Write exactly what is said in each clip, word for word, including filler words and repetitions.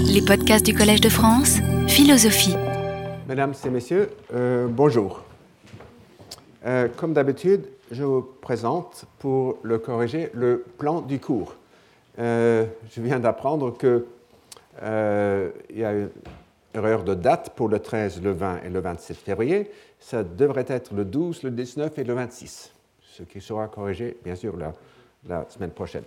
Les podcasts du Collège de France, philosophie. Mesdames et messieurs, euh, bonjour. Euh, comme d'habitude, je vous présente pour le corriger le plan du cours. Euh, je viens d'apprendre qu'il euh, y a une erreur de date pour le treize, le vingt et le vingt-sept février. Ça devrait être le douze, le dix-neuf et le vingt-six, ce qui sera corrigé, bien sûr, la, la semaine prochaine.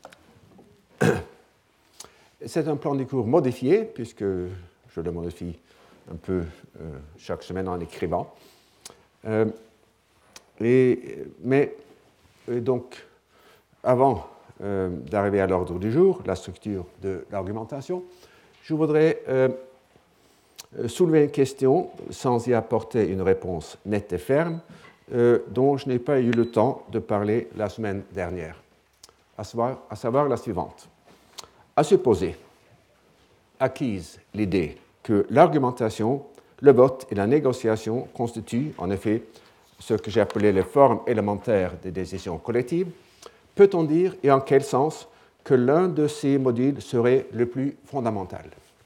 C'est un plan du cours modifié, puisque je le modifie un peu euh, chaque semaine en écrivant. Euh, et, mais et donc, avant euh, d'arriver à l'ordre du jour, la structure de l'argumentation, je voudrais euh, soulever une question sans y apporter une réponse nette et ferme, euh, dont je n'ai pas eu le temps de parler la semaine dernière, à savoir, à savoir la suivante. À supposer, acquise l'idée que l'argumentation, le vote et la négociation constituent en effet ce que j'ai appelé les formes élémentaires des décisions collectives, peut-on dire, et en quel sens, que l'un de ces modules serait le plus fondamental?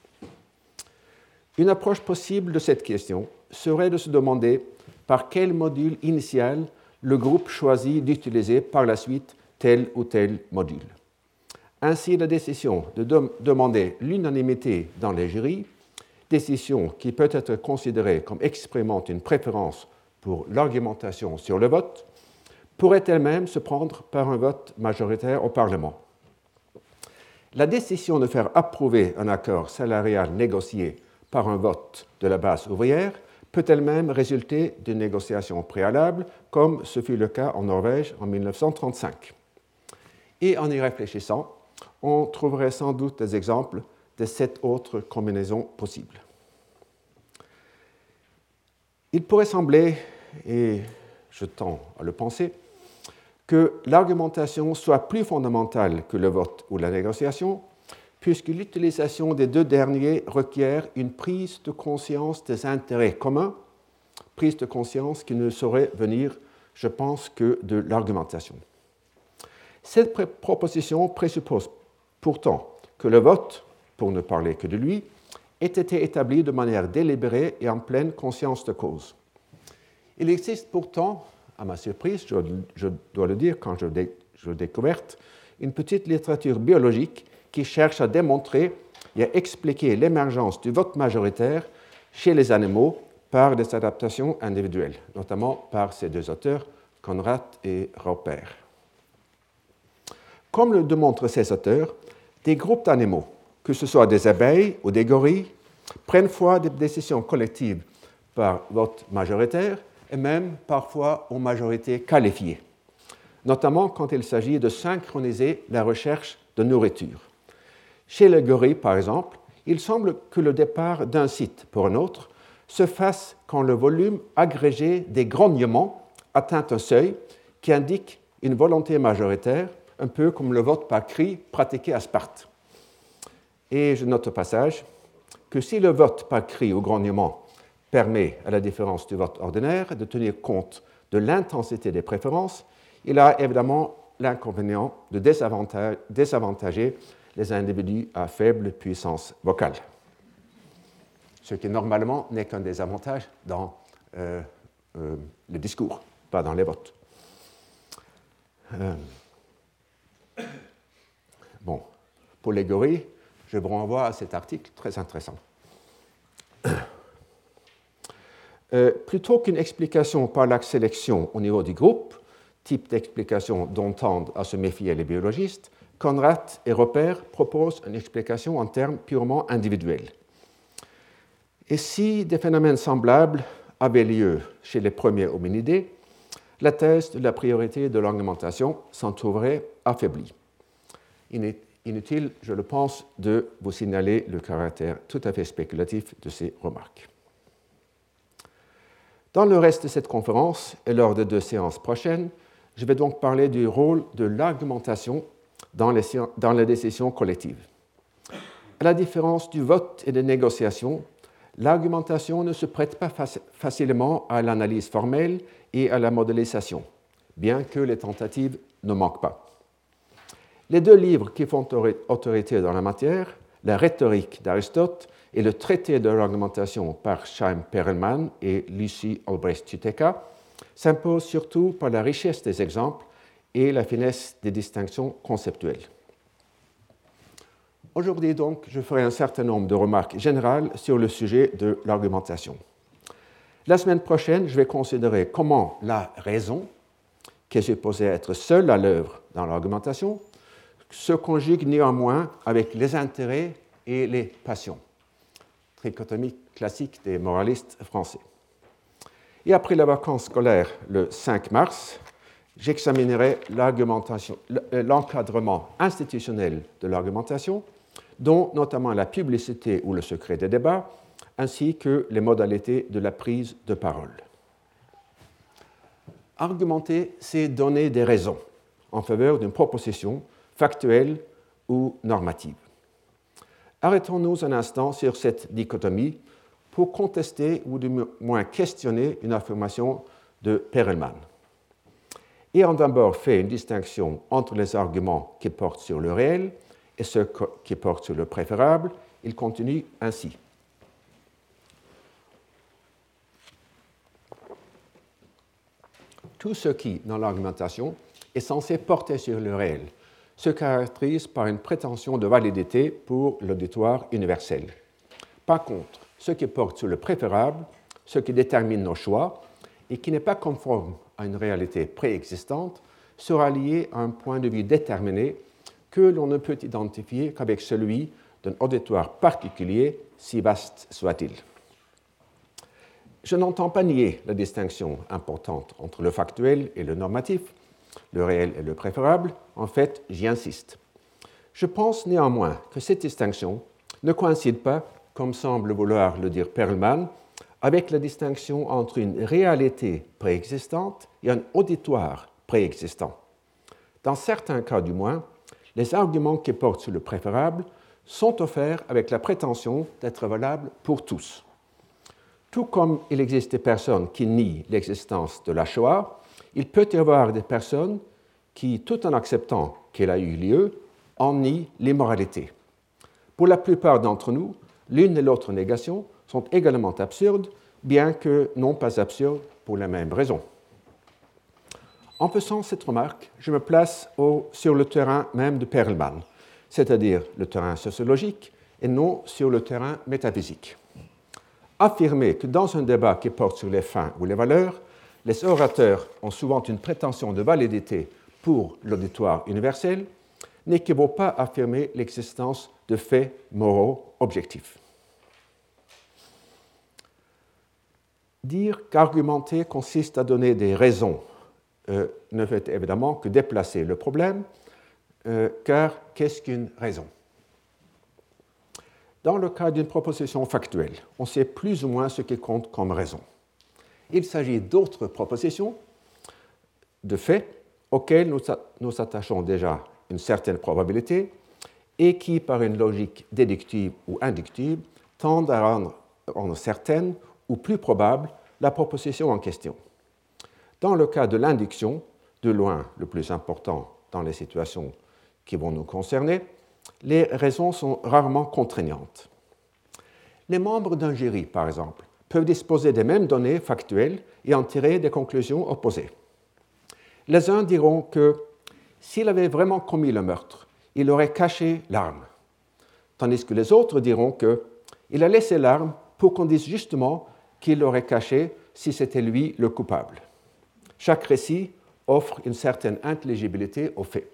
Une approche possible de cette question serait de se demander par quel module initial le groupe choisit d'utiliser par la suite tel ou tel module. Ainsi, la décision de dem- demander l'unanimité dans les jurys, décision qui peut être considérée comme exprimant une préférence pour l'argumentation sur le vote, pourrait elle-même se prendre par un vote majoritaire au Parlement. La décision de faire approuver un accord salarial négocié par un vote de la base ouvrière peut elle-même résulter d'une négociation préalable, comme ce fut le cas en Norvège en mille neuf cent trente-cinq. Et en y réfléchissant, on trouverait sans doute des exemples de cette autre combinaison possible. Il pourrait sembler, et je tends à le penser, que l'argumentation soit plus fondamentale que le vote ou la négociation, puisque l'utilisation des deux derniers requiert une prise de conscience des intérêts communs, prise de conscience qui ne saurait venir, je pense, que de l'argumentation. Cette pré- proposition présuppose pourtant que le vote, pour ne parler que de lui, ait été établi de manière délibérée et en pleine conscience de cause. Il existe pourtant, à ma surprise, je, je dois le dire quand je l'ai je découverte, une petite littérature biologique qui cherche à démontrer et à expliquer l'émergence du vote majoritaire chez les animaux par des adaptations individuelles, notamment par ces deux auteurs, Conrad et Roper. Comme le démontrent ces auteurs, des groupes d'animaux, que ce soit des abeilles ou des gorilles, prennent fois des décisions collectives par vote majoritaire et même parfois aux majorités qualifiées, notamment quand il s'agit de synchroniser la recherche de nourriture. Chez les gorilles, par exemple, il semble que le départ d'un site pour un autre se fasse quand le volume agrégé des grognements atteint un seuil qui indique une volonté majoritaire, un peu comme le vote par cri pratiqué à Sparte. Et je note au passage que si le vote par cri ou grognement permet, à la différence du vote ordinaire, de tenir compte de l'intensité des préférences, il a évidemment l'inconvénient de désavantager, désavantager les individus à faible puissance vocale, ce qui normalement n'est qu'un désavantage dans euh, euh, le discours, pas dans les votes. Euh, Bon, pour les gorilles, je vous renvoie à cet article très intéressant. Euh, plutôt qu'une explication par la sélection au niveau du groupe, type d'explication dont tendent à se méfier les biologistes, Conrad et Roper proposent une explication en termes purement individuels. Et si des phénomènes semblables avaient lieu chez les premiers hominidés, la thèse de la priorité de l'argumentation s'en trouverait affaiblie. Inutile, je le pense, de vous signaler le caractère tout à fait spéculatif de ces remarques. Dans le reste de cette conférence et lors de deux séances prochaines, je vais donc parler du rôle de l'argumentation dans les, dans les décisions collectives. À la différence du vote et des négociations, l'argumentation ne se prête pas faci- facilement à l'analyse formelle et à la modélisation, bien que les tentatives ne manquent pas. Les deux livres qui font autorité dans la matière, La rhétorique d'Aristote et le traité de l'argumentation par Chaim Perelman et Lucy Albrecht-Tuteca s'imposent surtout par la richesse des exemples et la finesse des distinctions conceptuelles. Aujourd'hui, donc, je ferai un certain nombre de remarques générales sur le sujet de l'argumentation. La semaine prochaine, je vais considérer comment la raison, qui est supposée être seule à l'œuvre dans l'argumentation, se conjugue néanmoins avec les intérêts et les passions. Trichotomie classique des moralistes français. Et après la vacance scolaire le cinq mars, j'examinerai l'argumentation, l'encadrement institutionnel de l'argumentation, dont notamment la publicité ou le secret des débats, ainsi que les modalités de la prise de parole. Argumenter, c'est donner des raisons en faveur d'une proposition factuelle ou normative. Arrêtons-nous un instant sur cette dichotomie pour contester ou du moins questionner une affirmation de Perelman. Ayant d'abord fait une distinction entre les arguments qui portent sur le réel et ceux qui portent sur le préférable, il continue ainsi. Tout ce qui, dans l'argumentation, est censé porter sur le réel se caractérise par une prétention de validité pour l'auditoire universel. Par contre, ce qui porte sur le préférable, ce qui détermine nos choix et qui n'est pas conforme à une réalité préexistante, sera lié à un point de vue déterminé que l'on ne peut identifier qu'avec celui d'un auditoire particulier, si vaste soit-il. Je n'entends pas nier la distinction importante entre le factuel et le normatif, le réel et le préférable. En fait, j'y insiste. Je pense néanmoins que cette distinction ne coïncide pas, comme semble vouloir le dire Perelman, avec la distinction entre une réalité préexistante et un auditoire préexistant. Dans certains cas du moins, les arguments qui portent sur le préférable sont offerts avec la prétention d'être valables pour tous. Tout comme il existe des personnes qui nient l'existence de la Shoah, il peut y avoir des personnes qui, tout en acceptant qu'elle a eu lieu, en nient l'immoralité. Pour la plupart d'entre nous, l'une et l'autre négation sont également absurdes, bien que non pas absurdes pour la même raison. En faisant cette remarque, je me place au, sur le terrain même de Perelman, c'est-à-dire le terrain sociologique et non sur le terrain métaphysique. Affirmer que dans un débat qui porte sur les fins ou les valeurs, les orateurs ont souvent une prétention de validité pour l'auditoire universel n'équivaut pas à affirmer l'existence de faits moraux objectifs. Dire qu'argumenter consiste à donner des raisons euh, ne fait évidemment que déplacer le problème, euh, car qu'est-ce qu'une raison ? Dans le cas d'une proposition factuelle, on sait plus ou moins ce qui compte comme raison. Il s'agit d'autres propositions, de faits, auxquels nous, nous attachons déjà une certaine probabilité et qui, par une logique déductive ou inductive, tendent à rendre, rendre certaine ou plus probable la proposition en question. Dans le cas de l'induction, de loin le plus important dans les situations qui vont nous concerner, les raisons sont rarement contraignantes. Les membres d'un jury, par exemple, peuvent disposer des mêmes données factuelles et en tirer des conclusions opposées. Les uns diront que s'il avait vraiment commis le meurtre, il aurait caché l'arme, tandis que les autres diront qu'il a laissé l'arme pour qu'on dise justement qu'il l'aurait cachée si c'était lui le coupable. Chaque récit offre une certaine intelligibilité aux faits.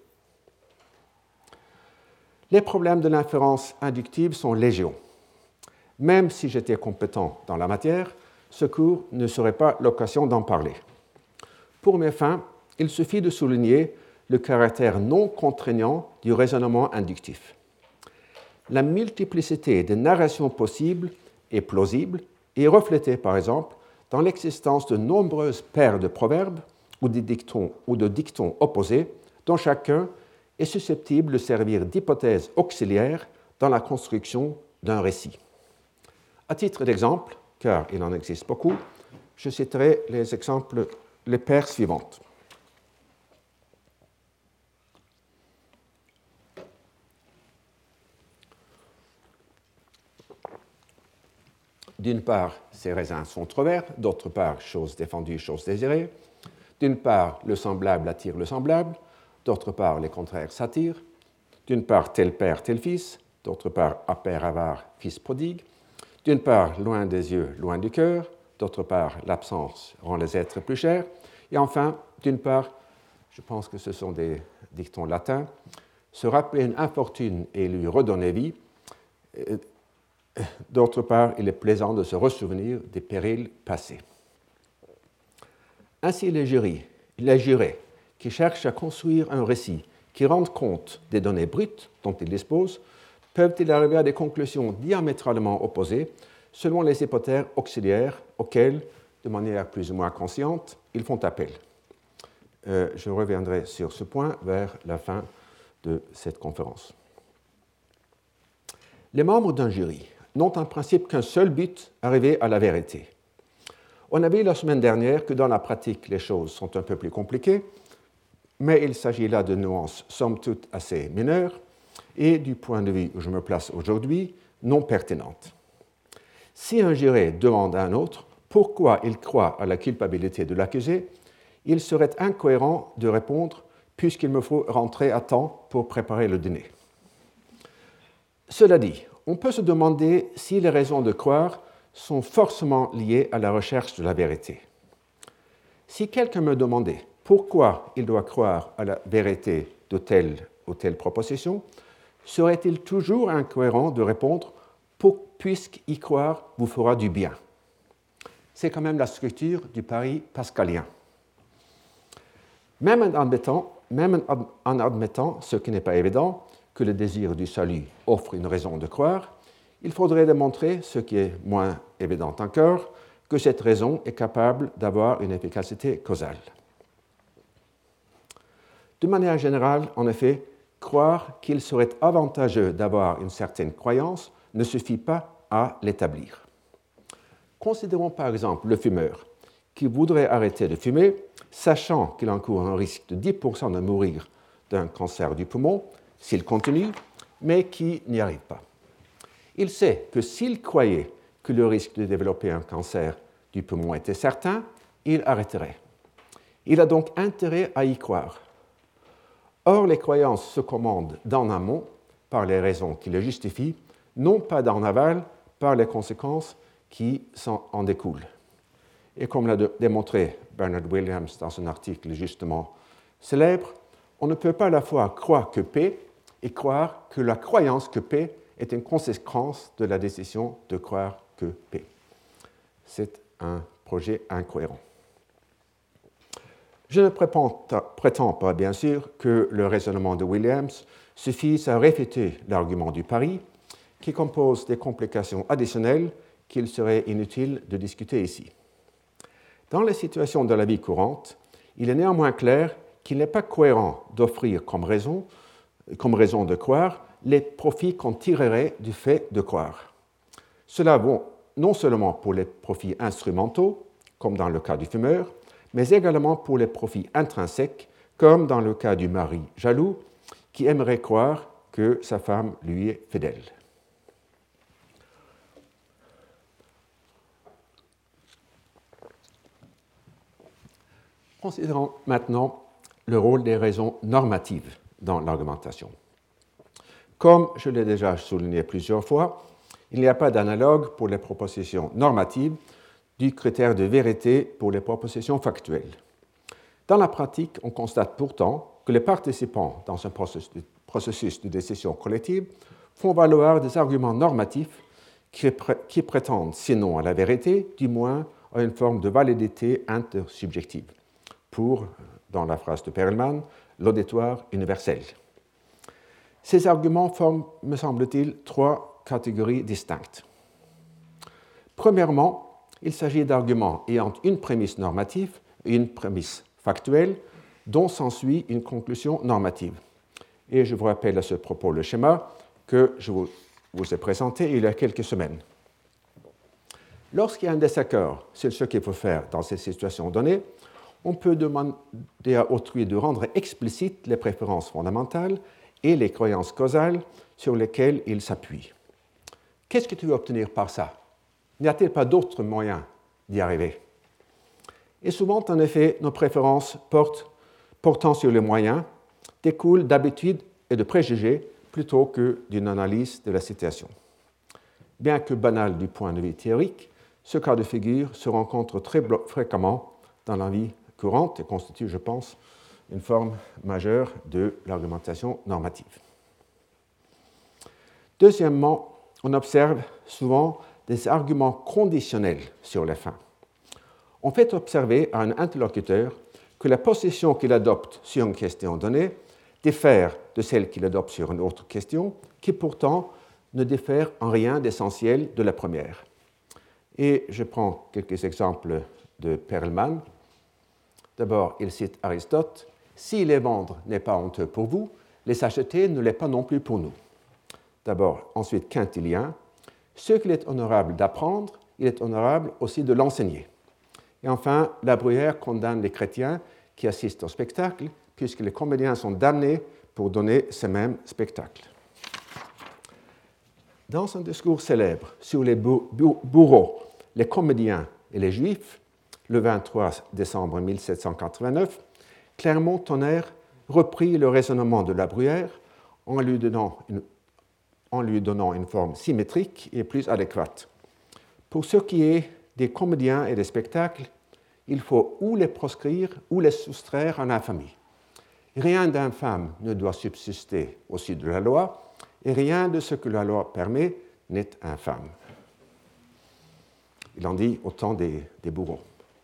Les problèmes de l'inférence inductive sont légion. Même si j'étais compétent dans la matière, ce cours ne serait pas l'occasion d'en parler. Pour mes fins, il suffit de souligner le caractère non contraignant du raisonnement inductif. La multiplicité des narrations possibles et plausibles est reflétée, par exemple, dans l'existence de nombreuses paires de proverbes ou de dictons, ou de dictons opposés, dont chacun est susceptible de servir d'hypothèse auxiliaire dans la construction d'un récit. À titre d'exemple, car il en existe beaucoup, je citerai les exemples, les paires suivantes. d'une part, ces raisins sont trop verts, d'autre part, chose défendue, chose désirée. D'une part, le semblable attire le semblable, d'autre part, les contraires s'attirent. D'une part, tel père, tel fils, d'autre part, à père avare, fils prodigue. D'une part, loin des yeux, loin du cœur, d'autre part, l'absence rend les êtres plus chers. Et enfin, d'une part, je pense que ce sont des dictons latins, se rappeler une infortune et lui redonner vie. D'autre part, il est plaisant de se ressouvenir des périls passés. Ainsi, les jurys, les jurés qui cherchent à construire un récit qui rende compte des données brutes dont ils disposent, peuvent-ils arriver à des conclusions diamétralement opposées selon les hypothèses auxiliaires auxquelles, de manière plus ou moins consciente, ils font appel. Euh, je reviendrai sur ce point vers la fin de cette conférence. Les membres d'un jury n'ont en principe qu'un seul but, arriver à la vérité. On a vu la semaine dernière que dans la pratique, les choses sont un peu plus compliquées, mais il s'agit là de nuances somme toute assez mineures et, du point de vue où je me place aujourd'hui, non pertinentes. Si un juré demande à un autre pourquoi il croit à la culpabilité de l'accusé, il serait incohérent de répondre « puisqu'il me faut rentrer à temps pour préparer le dîner ». Cela dit, on peut se demander si les raisons de croire sont forcément liées à la recherche de la vérité. Si quelqu'un me demandait pourquoi il doit croire à la vérité de telle ou telle proposition, serait-il toujours incohérent de répondre « puisqu'y croire vous fera du bien ». C'est quand même la structure du pari pascalien. Même en admettant, même en admettant, ce qui n'est pas évident, que le désir du salut offre une raison de croire, il faudrait démontrer, ce qui est moins évident encore, que cette raison est capable d'avoir une efficacité causale. De manière générale, en effet, croire qu'il serait avantageux d'avoir une certaine croyance ne suffit pas à l'établir. Considérons par exemple le fumeur qui voudrait arrêter de fumer, sachant qu'il encourt un risque de dix pour cent de mourir d'un cancer du poumon s'il continue, mais qui n'y arrive pas. Il sait que s'il croyait que le risque de développer un cancer du poumon était certain, il arrêterait. Il a donc intérêt à y croire. Or, les croyances se commandent d'en amont par les raisons qui les justifient, non pas d'en aval par les conséquences qui en découlent. Et comme l'a démontré Bernard Williams dans son article justement célèbre, on ne peut pas à la fois croire que P et croire que la croyance que P est une conséquence de la décision de croire que P. C'est un projet incohérent. Je ne prétends pas, bien sûr, que le raisonnement de Williams suffise à réfuter l'argument du pari, qui compose des complications additionnelles qu'il serait inutile de discuter ici. Dans les situations de la vie courante, il est néanmoins clair qu'il n'est pas cohérent d'offrir comme raison, comme raison de croire les profits qu'on tirerait du fait de croire. Cela vaut non seulement pour les profits instrumentaux, comme dans le cas du fumeur, mais également pour les profits intrinsèques, comme dans le cas du mari jaloux, qui aimerait croire que sa femme lui est fidèle. Considérons maintenant le rôle des raisons normatives dans l'argumentation. Comme je l'ai déjà souligné plusieurs fois, il n'y a pas d'analogue pour les propositions normatives du critère de vérité pour les propositions factuelles. Dans la pratique, on constate pourtant que les participants dans un processus de décision collective font valoir des arguments normatifs qui, pré- qui prétendent, sinon à la vérité, du moins à une forme de validité intersubjective, pour, dans la phrase de Perelman, l'auditoire universel. Ces arguments forment, me semble-t-il, trois catégories distinctes. Premièrement, il s'agit d'arguments ayant une prémisse normative et une prémisse factuelle dont s'ensuit une conclusion normative. Et je vous rappelle à ce propos le schéma que je vous, vous ai présenté il y a quelques semaines. Lorsqu'il y a un désaccord sur ce qu'il faut faire dans ces situations données, on peut demander à autrui de rendre explicites les préférences fondamentales et les croyances causales sur lesquelles il s'appuie. Qu'est-ce que tu veux obtenir par ça? N'y a-t-il pas d'autres moyens d'y arriver? Et souvent, en effet, nos préférences portent, portant sur les moyens découlent d'habitudes et de préjugés plutôt que d'une analyse de la situation. Bien que banal du point de vue théorique, ce cas de figure se rencontre très fréquemment dans la vie courante et constitue, je pense, une forme majeure de l'argumentation normative. Deuxièmement, on observe souvent des arguments conditionnels sur les fins. On fait observer à un interlocuteur que la position qu'il adopte sur une question donnée diffère de celle qu'il adopte sur une autre question, qui pourtant ne diffère en rien d'essentiel de la première. Et je prends quelques exemples de Perelman. D'abord, il cite Aristote. « Si les vendre n'est pas honteux pour vous, les acheter ne l'est pas non plus pour nous. » D'abord, ensuite, Quintilien. « Ce qu'il est honorable d'apprendre, il est honorable aussi de l'enseigner. » Et enfin, La Bruyère condamne les chrétiens qui assistent au spectacle, puisque les comédiens sont damnés pour donner ce même spectacle. Dans un discours célèbre sur les bourreaux, les comédiens et les juifs, le vingt-trois décembre mille sept cent quatre-vingt-neuf, Clermont-Tonnerre reprit le raisonnement de La Bruyère en lui donnant une, en lui donnant une forme symétrique et plus adéquate. Pour ce qui est des comédiens et des spectacles, il faut ou les proscrire ou les soustraire en infamie. Rien d'infâme ne doit subsister au-dessus de la loi, et rien de ce que la loi permet n'est infâme. Il en dit au temps des, des bourreaux.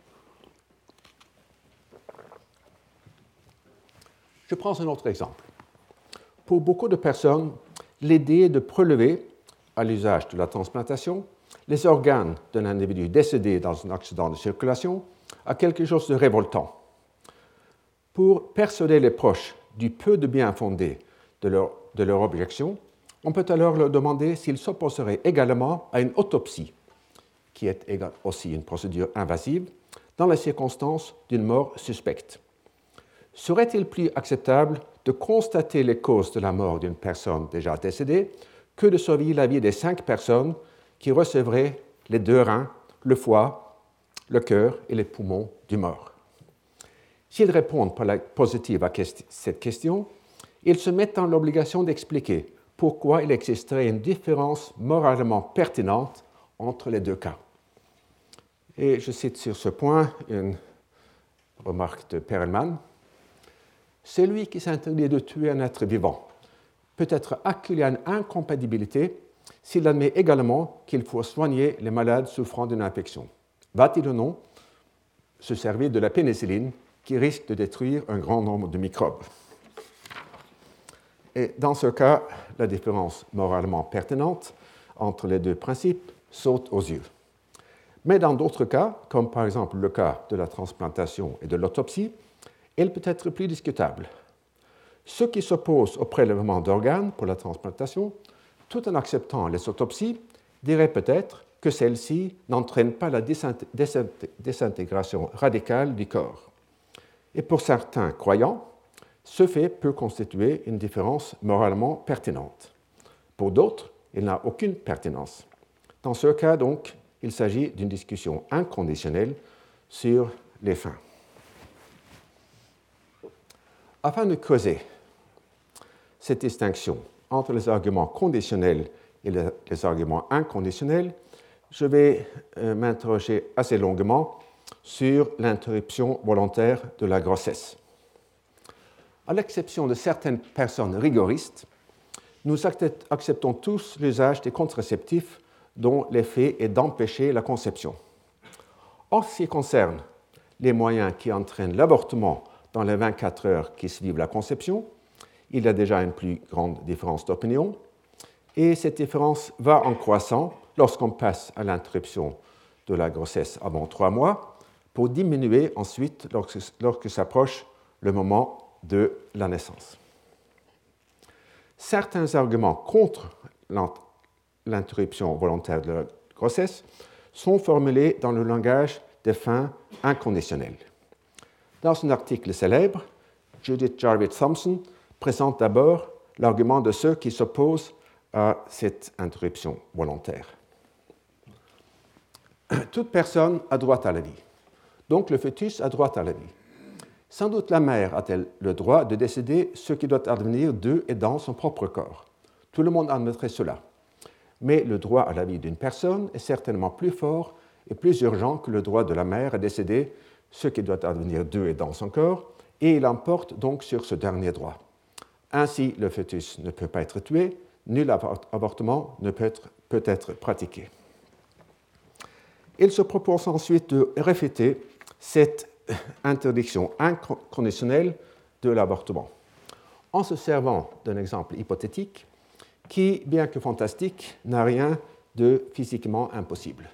Je prends un autre exemple. Pour beaucoup de personnes, l'idée de prélever, à l'usage de la transplantation, les organes d'un individu décédé dans un accident de circulation a quelque chose de révoltant. Pour persuader les proches du peu de bien fondé de leur, de leur objection, on peut alors leur demander s'ils s'opposeraient également à une autopsie, qui est aussi une procédure invasive, dans les circonstances d'une mort suspecte. Serait-il plus acceptable de constater les causes de la mort d'une personne déjà décédée que de sauver la vie des cinq personnes qui recevraient les deux reins, le foie, le cœur et les poumons du mort? S'ils répondent par la positive à cette question, ils se mettent dans l'obligation d'expliquer pourquoi il existerait une différence moralement pertinente entre les deux cas. Et je cite sur ce point une remarque de Perelman. « Celui qui s'interdit de tuer un être vivant peut être acculé à une incompatibilité s'il admet également qu'il faut soigner les malades souffrant d'une infection. Va-t-il ou non se servir de la pénicilline qui risque de détruire un grand nombre de microbes? » Et dans ce cas, la différence moralement pertinente entre les deux principes saute aux yeux. Mais dans d'autres cas, comme par exemple le cas de la transplantation et de l'autopsie, elle peut être plus discutable. Ceux qui s'opposent au prélèvement d'organes pour la transplantation, tout en acceptant les autopsies, diraient peut-être que celles-ci n'entraînent pas la désintégration radicale du corps. Et pour certains croyants, ce fait peut constituer une différence moralement pertinente. Pour d'autres, il n'a aucune pertinence. Dans ce cas, donc, il s'agit d'une discussion inconditionnelle sur les fins. Afin de creuser cette distinction entre les arguments conditionnels et les arguments inconditionnels, je vais m'interroger assez longuement sur l'interruption volontaire de la grossesse. À l'exception de certaines personnes rigoristes, nous acceptons tous l'usage des contraceptifs dont l'effet est d'empêcher la conception. En ce qui concerne les moyens qui entraînent l'avortement dans les vingt-quatre heures qui suivent la conception, il y a déjà une plus grande différence d'opinion, et cette différence va en croissant lorsqu'on passe à l'interruption de la grossesse avant trois mois, pour diminuer ensuite lorsque, lorsque s'approche le moment de la naissance. Certains arguments contre l'interruption volontaire de la grossesse sont formulés dans le langage des fins inconditionnelles. Dans un article célèbre, Judith Jarvis Thomson présente d'abord l'argument de ceux qui s'opposent à cette interruption volontaire. toute personne a droit à la vie. Donc le fœtus a droit à la vie. Sans doute la mère a-t-elle le droit de décider ce qui doit advenir d'eux et dans son propre corps. Tout le monde admettrait cela. Mais le droit à la vie d'une personne est certainement plus fort et plus urgent que le droit de la mère à décider ce qui doit advenir d'eux et dans son corps, et il emporte donc sur ce dernier droit. Ainsi, le fœtus ne peut pas être tué, nul avortement ne peut être, peut être pratiqué. Il se propose ensuite de réfuter cette interdiction inconditionnelle de l'avortement, en se servant d'un exemple hypothétique qui, bien que fantastique, n'a rien de physiquement impossible.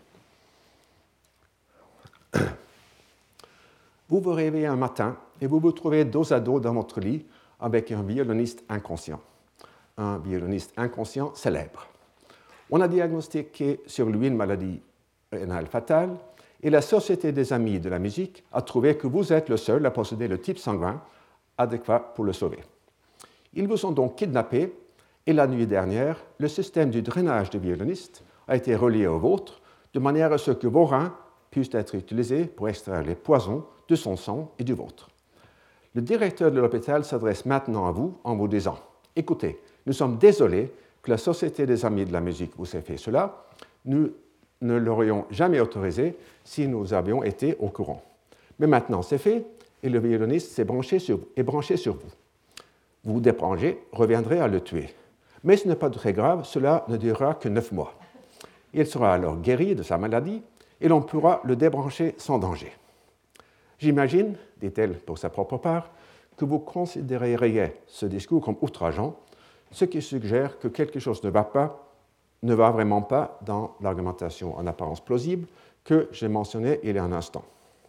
Vous vous réveillez un matin et vous vous trouvez dos à dos dans votre lit avec un violoniste inconscient, un violoniste inconscient célèbre. On a diagnostiqué sur lui une maladie rénale fatale et la Société des Amis de la musique a trouvé que vous êtes le seul à posséder le type sanguin adéquat pour le sauver. Ils vous ont donc kidnappé et la nuit dernière, le système du drainage du violoniste a été relié au vôtre de manière à ce que vos reins puissent être utilisés pour extraire les poisons de son sang et du vôtre. Le directeur de l'hôpital s'adresse maintenant à vous en vous disant « Écoutez, nous sommes désolés que la Société des Amis de la musique vous ait fait cela. Nous ne l'aurions jamais autorisé si nous avions été au courant. Mais maintenant c'est fait et le violoniste est branché sur, est branché sur vous. Vous débrangez, reviendrez à le tuer. Mais ce n'est pas très grave, cela ne durera que neuf mois. Il sera alors guéri de sa maladie et l'on pourra le débrancher sans danger. J'imagine, dit-elle pour sa propre part, que vous considéreriez ce discours comme outrageant, ce qui suggère que quelque chose ne va pas, ne va vraiment pas dans l'argumentation en apparence plausible que j'ai mentionnée il y a un instant.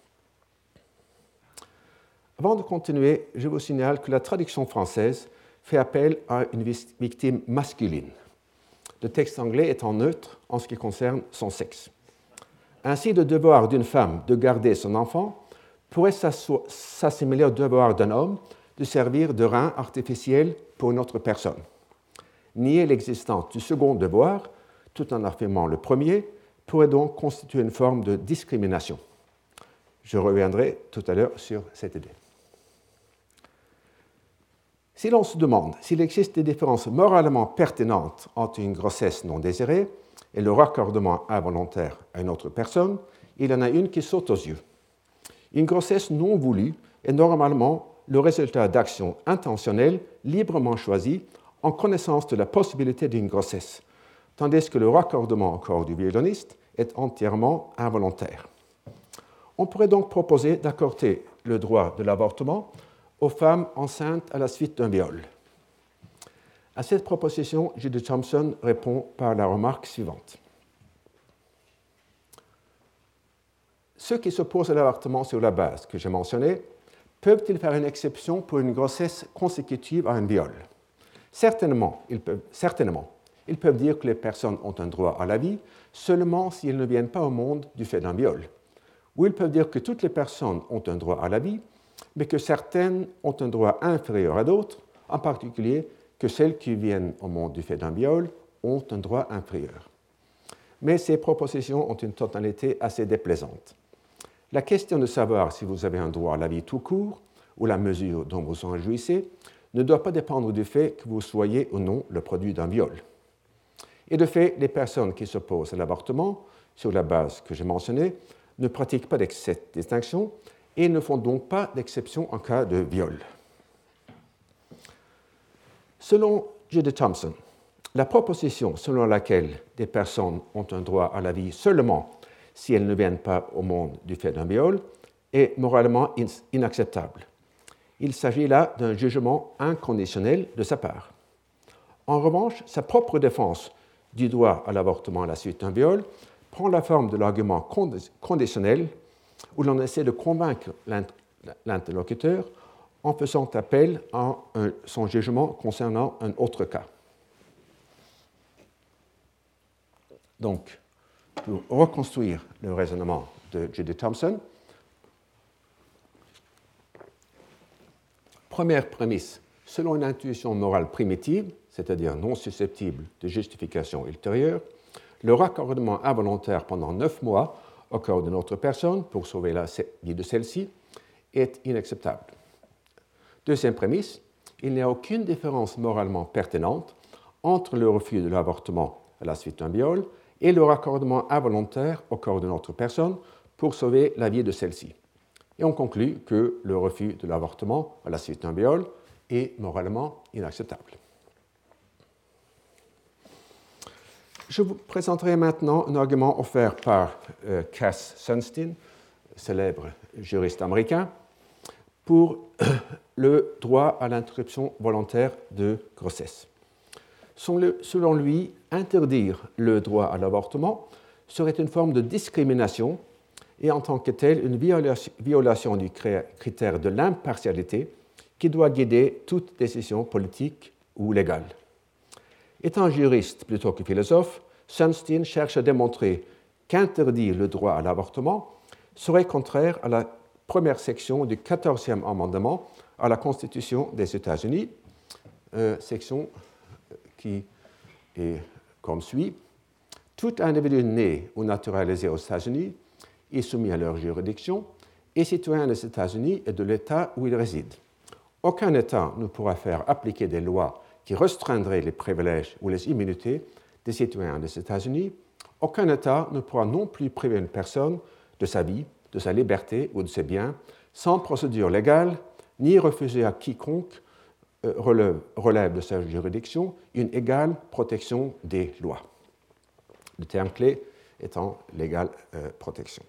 Avant de continuer, je vous signale que la traduction française fait appel à une victime masculine. Le texte anglais étant neutre en ce qui concerne son sexe. Ainsi, le devoir d'une femme de garder son enfant pourrait s'assimiler au devoir d'un homme de servir de rein artificiel pour une autre personne. Nier l'existence du second devoir, tout en affirmant le premier, pourrait donc constituer une forme de discrimination. Je reviendrai tout à l'heure sur cette idée. Si l'on se demande s'il existe des différences moralement pertinentes entre une grossesse non désirée et le raccordement involontaire à une autre personne, il y en a une qui saute aux yeux. Une grossesse non voulue est normalement le résultat d'actions intentionnelles librement choisies en connaissance de la possibilité d'une grossesse, tandis que le raccordement au corps du violoniste est entièrement involontaire. On pourrait donc proposer d'accorder le droit de l'avortement aux femmes enceintes à la suite d'un viol. À cette proposition, J D Thomson répond par la remarque suivante. Ceux qui s'opposent à l'avortement sur la base que j'ai mentionnée peuvent-ils faire une exception pour une grossesse consécutive à un viol? Certainement ils, peuvent, certainement, ils peuvent dire que les personnes ont un droit à la vie seulement si elles ne viennent pas au monde du fait d'un viol. Ou ils peuvent dire que toutes les personnes ont un droit à la vie, mais que certaines ont un droit inférieur à d'autres, en particulier que celles qui viennent au monde du fait d'un viol ont un droit inférieur. Mais ces propositions ont une totalité assez déplaisante. La question de savoir si vous avez un droit à la vie tout court ou la mesure dont vous en jouissez ne doit pas dépendre du fait que vous soyez ou non le produit d'un viol. Et de fait, les personnes qui s'opposent à l'avortement, sur la base que j'ai mentionnée, ne pratiquent pas cette distinction et ne font donc pas d'exception en cas de viol. Selon J D Thomson, la proposition selon laquelle des personnes ont un droit à la vie seulement si elles ne viennent pas au monde du fait d'un viol est moralement inacceptable. Il s'agit là d'un jugement inconditionnel de sa part. En revanche, sa propre défense du droit à l'avortement à la suite d'un viol prend la forme de l'argument conditionnel où l'on essaie de convaincre l'interlocuteur en faisant appel à un, son jugement concernant un autre cas. Donc, pour reconstruire le raisonnement de J D Thomson, première prémisse, selon une intuition morale primitive, c'est-à-dire non susceptible de justification ultérieure, le raccordement involontaire pendant neuf mois au corps d'une autre personne pour sauver la vie de celle-ci est inacceptable. Deuxième prémisse, il n'y a aucune différence moralement pertinente entre le refus de l'avortement à la suite d'un viol et le raccordement involontaire au corps d'une autre personne pour sauver la vie de celle-ci. Et on conclut que le refus de l'avortement à la suite d'un viol est moralement inacceptable. Je vous présenterai maintenant un argument offert par euh, Cass Sunstein, célèbre juriste américain, pour le droit à l'interruption volontaire de grossesse. Selon lui, interdire le droit à l'avortement serait une forme de discrimination et en tant que telle une violation du critère de l'impartialité qui doit guider toute décision politique ou légale. Étant juriste plutôt que philosophe, Sunstein cherche à démontrer qu'interdire le droit à l'avortement serait contraire à la première section du quatorzième amendement à la Constitution des États-Unis, euh, section qui est comme suit. Tout individu né ou naturalisé aux États-Unis est soumis à leur juridiction et citoyen des États-Unis et de l'État où il réside. Aucun État ne pourra faire appliquer des lois qui restreindraient les privilèges ou les immunités des citoyens des États-Unis. Aucun État ne pourra non plus priver une personne de sa vie, de sa liberté ou de ses biens sans procédure légale, ni refuser à quiconque euh, relève, relève de sa juridiction une égale protection des lois. Le terme clé étant l'égale euh, protection.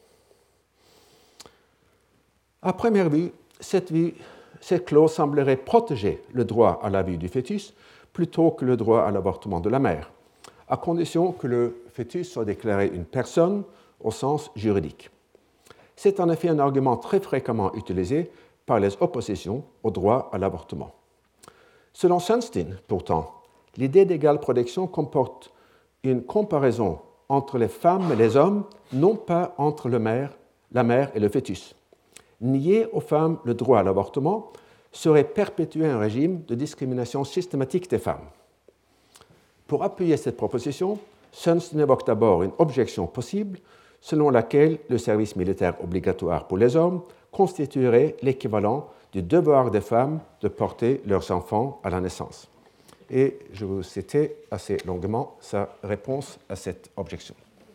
À première vue, cette, vue, cette clause semblerait protéger le droit à la vie du fœtus plutôt que le droit à l'avortement de la mère, à condition que le fœtus soit déclaré une personne au sens juridique. C'est en effet un argument très fréquemment utilisé par les oppositions au droit à l'avortement. Selon Sunstein, pourtant, l'idée d'égale protection comporte une comparaison entre les femmes et les hommes, non pas entre le mère, la mère et le fœtus. Nier aux femmes le droit à l'avortement serait perpétuer un régime de discrimination systématique des femmes. Pour appuyer cette proposition, Sunstein évoque d'abord une objection possible selon laquelle le service militaire obligatoire pour les hommes constituerait l'équivalent du devoir des femmes de porter leurs enfants à la naissance. Et je vous citais assez longuement sa réponse à cette objection.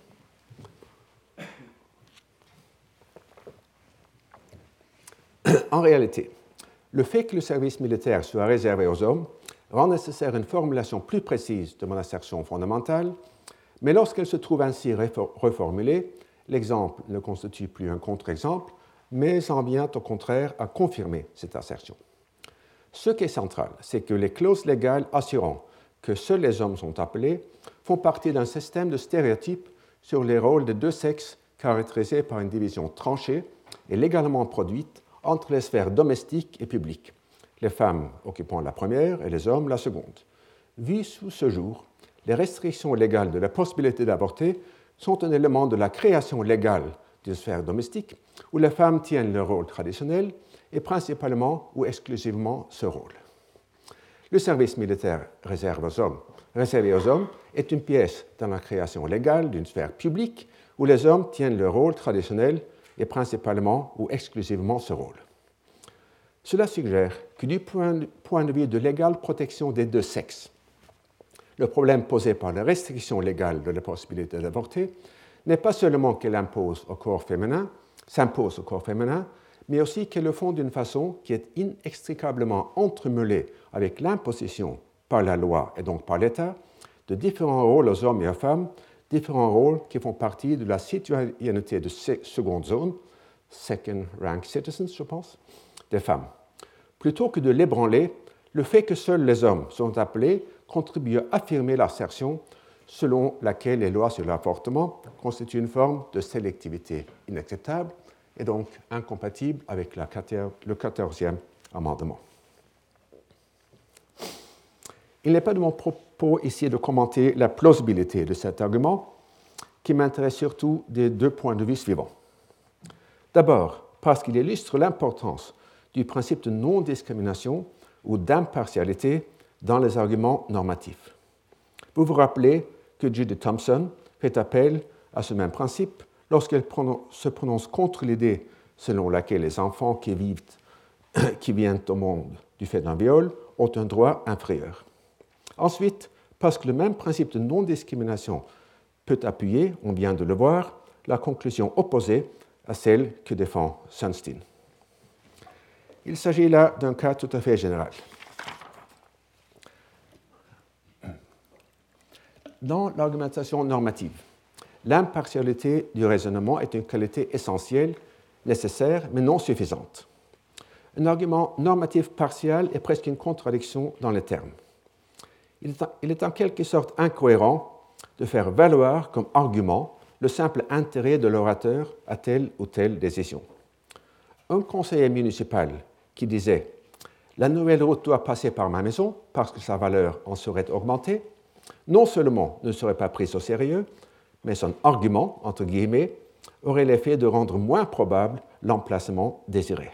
En réalité, le fait que le service militaire soit réservé aux hommes rend nécessaire une formulation plus précise de mon assertion fondamentale, mais lorsqu'elle se trouve ainsi reformulée, l'exemple ne constitue plus un contre-exemple, mais en vient au contraire à confirmer cette assertion. Ce qui est central, c'est que les clauses légales assurant que seuls les hommes sont appelés font partie d'un système de stéréotypes sur les rôles des deux sexes caractérisés par une division tranchée et légalement produite entre les sphères domestiques et publiques, les femmes occupant la première et les hommes la seconde. Vu sous ce jour, les restrictions légales de la possibilité d'avorter sont un élément de la création légale d'une sphère domestique où les femmes tiennent leur rôle traditionnel et principalement ou exclusivement ce rôle. Le service militaire réservé aux hommes, réservé aux hommes est une pièce dans la création légale d'une sphère publique où les hommes tiennent leur rôle traditionnel et principalement ou exclusivement ce rôle. Cela suggère que du point de, point de vue de l'égale protection des deux sexes, le problème posé par la restriction légale de la possibilité d'avorter n'est pas seulement qu'elle impose au corps féminin, s'impose au corps féminin, mais aussi qu'elle le font d'une façon qui est inextricablement entremêlée avec l'imposition par la loi et donc par l'État de différents rôles aux hommes et aux femmes, différents rôles qui font partie de la citoyenneté de seconde zone, second rank citizens, je pense, des femmes. Plutôt que de l'ébranler, le fait que seuls les hommes sont appelés contribue à affirmer l'assertion selon laquelle les lois sur l'avortement constituent une forme de sélectivité inacceptable et donc incompatible avec la, le quatorzième amendement. Il n'est pas de mon propos ici de commenter la plausibilité de cet argument, qui m'intéresse surtout des deux points de vue suivants. D'abord, parce qu'il illustre l'importance du principe de non-discrimination ou d'impartialité dans les arguments normatifs. Vous vous rappelez que Judy Thompson fait appel à ce même principe lorsqu'elle se prononce contre l'idée selon laquelle les enfants qui, vivent, qui viennent au monde du fait d'un viol ont un droit inférieur. Ensuite, parce que le même principe de non-discrimination peut appuyer, on vient de le voir, la conclusion opposée à celle que défend Sunstein. Il s'agit là d'un cas tout à fait général. Dans l'argumentation normative, l'impartialité du raisonnement est une qualité essentielle, nécessaire, mais non suffisante. Un argument normatif partial est presque une contradiction dans les termes. Il est en, il est en quelque sorte incohérent de faire valoir comme argument le simple intérêt de l'orateur à telle ou telle décision. Un conseiller municipal qui disait « La nouvelle route doit passer par ma maison parce que sa valeur en serait augmentée », non seulement ne serait pas pris au sérieux, mais son argument, entre guillemets, aurait l'effet de rendre moins probable l'emplacement désiré.